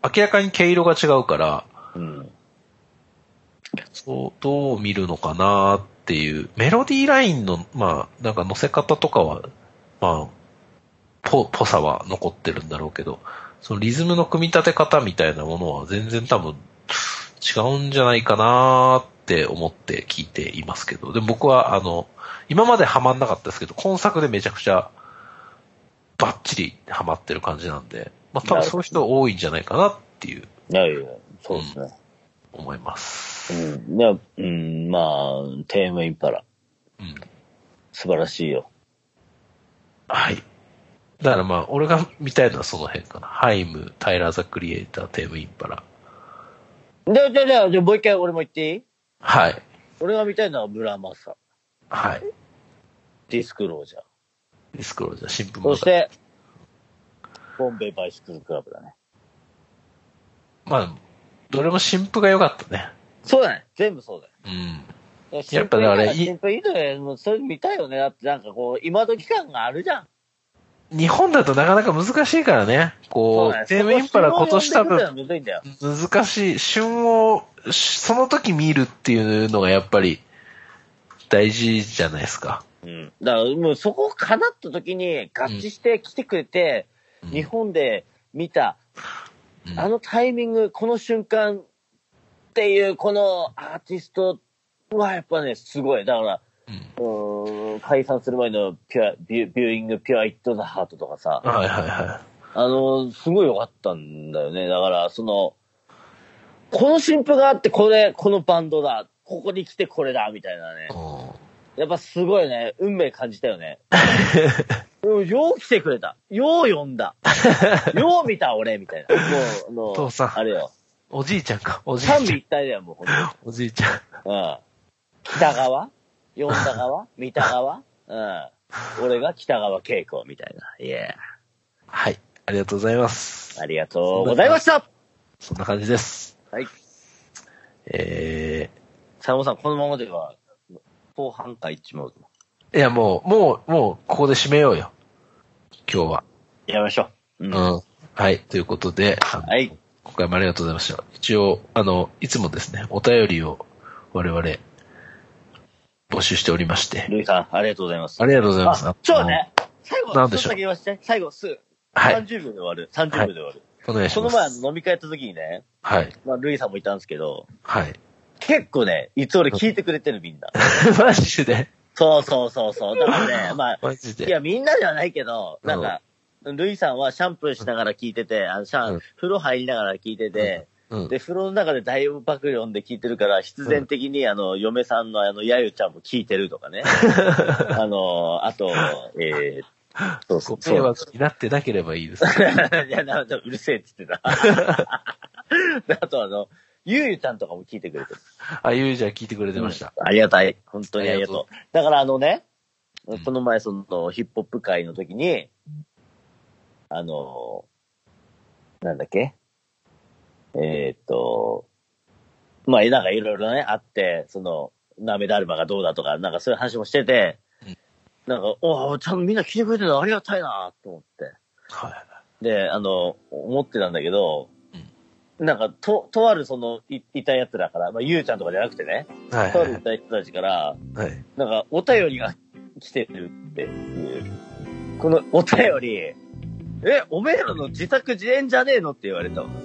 明らかに毛色が違うから、 うん。 そう、どう見るのかなっていう、メロディーラインの、まあ、なんか乗せ方とかは、まあ、ぽさは残ってるんだろうけど、そのリズムの組み立て方みたいなものは全然多分違うんじゃないかなって思って聞いていますけど、で僕は今までハマんなかったですけど、今作でめちゃくちゃバッチリハマってる感じなんで、まあ多分そういう人多いんじゃないかなっていう。 いやいや、そうですね。 思います。 うん。いや、うん、まあ、テーマインパラ。 うん。 素晴らしいよ。はい。 だからまあ、俺が見たいのはその辺かな。ハイム、タイラー・ザ・クリエイター、テーム・インパラ。 じゃあもう一回俺も言っていい？ はい。 俺が見たいのはブラマサ。 はい。 ディスクロージャー。 ディスクロージャー、新聞そして、ボンベイバイシクルクラブだね。 まあ、どれも新譜が良かったね。 そうだね。全部そうだよ。 うん。 やっぱね、あれ、新譜いいのよ。もうそれ見たいよね。だってなんかこう、今時感があるじゃん。 日本だとなかなか難しいからね。こう、テームインパラ今年多分、難しい。旬を、その時見るっていうのがやっぱり、大事じゃないですか。 うん。だからもうそこを叶った時に合致して来てくれて、うん、日本で見た、うん、あのタイミング、この瞬間っていうこのアーティストはやっぱね、すごい。だから、解散する前のビューイングピュアイットザハートとかさ。 はいはいはい。 すごい良かったんだよね。だから、この新譜があって、このバンドだ。ここに来てこれだ、みたいなね。やっぱすごいね、運命感じたよね。よう来てくれた。よう呼んだ。よう見た、俺、みたいな。もう、 父さん。 あれよ。 おじいちゃんか、おじいちゃん。 三位一体だよ、もう、ほんとに。 おじいちゃん。 うん。北側呼んだ側見た側うん。俺が北川景子みたいな。いや。 はい。ありがとうございます。 ありがとうございました。 そんな感じです。 はい。佐野さん、このままでは、後半か一も。 いや、もう、ここで締めようよ。今日は。 やめましょう。 うん。はい。ということで、 はい。 今回もありがとうございました。一応、いつもですね、お便りを我々、募集しておりまして。 ルイさん、ありがとうございます。 ありがとうございます。 そうね。最後、 何でしょう。 最後、すぐ。 はい。 30秒で終わる。30秒で終わる。 お願いします。 この前飲み会やった時にね。 はい。 まあ、ルイさんもいたんですけど。 はい。 結構ね、いつ俺聞いてくれてるみんな。 マジでそう。だからね、まあ、 マジでいや、みんなではないけど、なんか、ルイさんはシャンプーしながら聞いてて、風呂入りながら聞いてて、で、風呂の中で大爆読んで聞いてるから、必然的に嫁さんのやゆちゃんも聞いてるとかね。あと、 そう。迷惑になってなければいいです。 いや、うるせえって言ってた。あとゆうちゃんとかも聞いてくれてる。 ゆうちゃん聞いてくれてました。 ありがたい。本当にありがとう。だからね、この前ヒップホップ会の時に、なんだっけまあ、なんかいろいろね、あって、なめだるまがどうだとか、なんかそういう話もしてて、なんか、ちゃんとみんな聞いてくれてるのありがたいなと思って。 はい。 で、思ってたんだけど、なんか、とあるいたやつだから、まあ、ゆうちゃんとかじゃなくてね、 はい。 とあるいた人たちから、 はい。 なんか、お便りが来てるっていう。このお便り、おめえらの自作自演じゃねえのって言われたわ。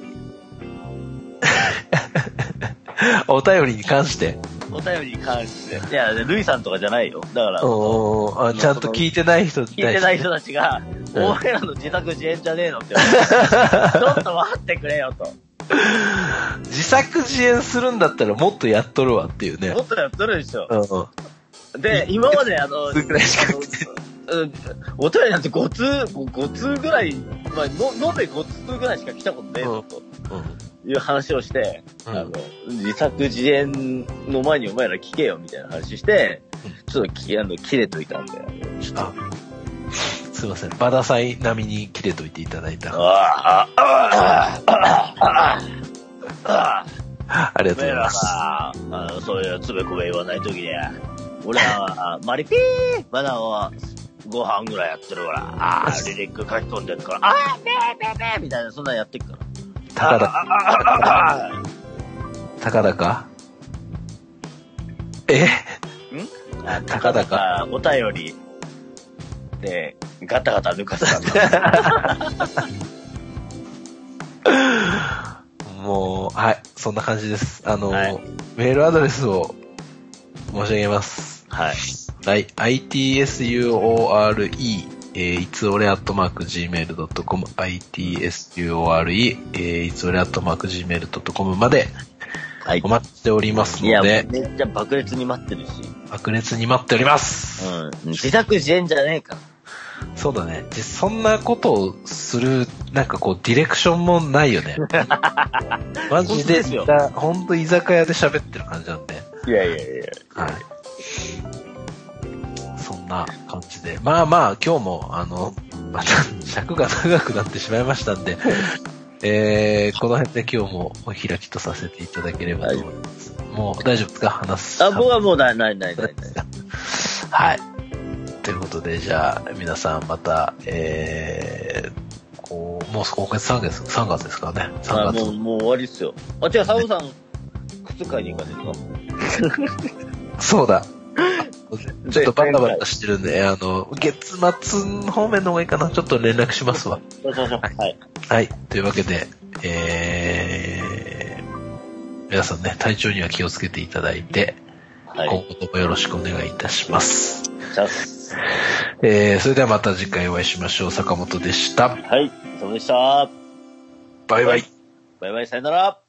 お便りに関してお便りに関して。いや、ルイさんとかじゃないよ。だから。 ちゃんと聞いてない人聞いてない人たちが、お前らの自作自演じゃねえのって言われて。ちょっと待ってくれよと。 自作自演するんだったらもっとやっとるわっていうね。 もっとやっとるでしょ。で、今までぐらいしかお便りなんて5通ぐらい、まあ、延べ5通ぐらいしか来たことねえぞと。いう話をして、自作自演の前にお前ら聞けよみたいな話して、ちょっと切れといたんだよ。 すいません。バダサイ並みに切れといていただいた。ありがとうございます。 そういうつべこべ言わないときで、俺は、マリピーまだご飯ぐらいやってるから、リリック書き込んでるから、べーみたいな、そんなんやってるから。 高田か高田かお便りでガタガタ抜かせたんだ。もう、はい、そんな感じです。はい、メールアドレスを申し上げます。 はい。 はい、itsure、いつおれ@gmail.com、itsure、いつおれ@gmail.com まで、はい、お待ちしておりますので。いや、 めっちゃ爆裂に待ってるし。 爆裂に待っております。 うん。自作自演じゃねえか。 そうだね。そんなことをする、なんかこう、ディレクションもないよね。マジで、ほんと居酒屋で喋ってる感じなんで。 いや。 はい。そんな感じで。まあまあ、今日も、また尺が長くなってしまいましたんで、この辺で今日もお開きとさせていただければと思います。もう大丈夫ですか？話す。 僕はもうない。はい。 ということで、じゃあ、皆さんまた、もう今月3月ですからね。3月。 もう終わりっすよ。違う、サウさん、靴買いに行かねえか。 そうだ。ちょっとバタバタしてるんで、月末方面の方がいいかな。ちょっと連絡しますわ。 はい。 はい。というわけで、皆さんね、体調には気をつけていただいて、はい、今後ともよろしくお願いいたします。それではまた次回お会いしましょう。坂本でした。 はい、そうでした。 バイバイ。 バイバイ、さよなら。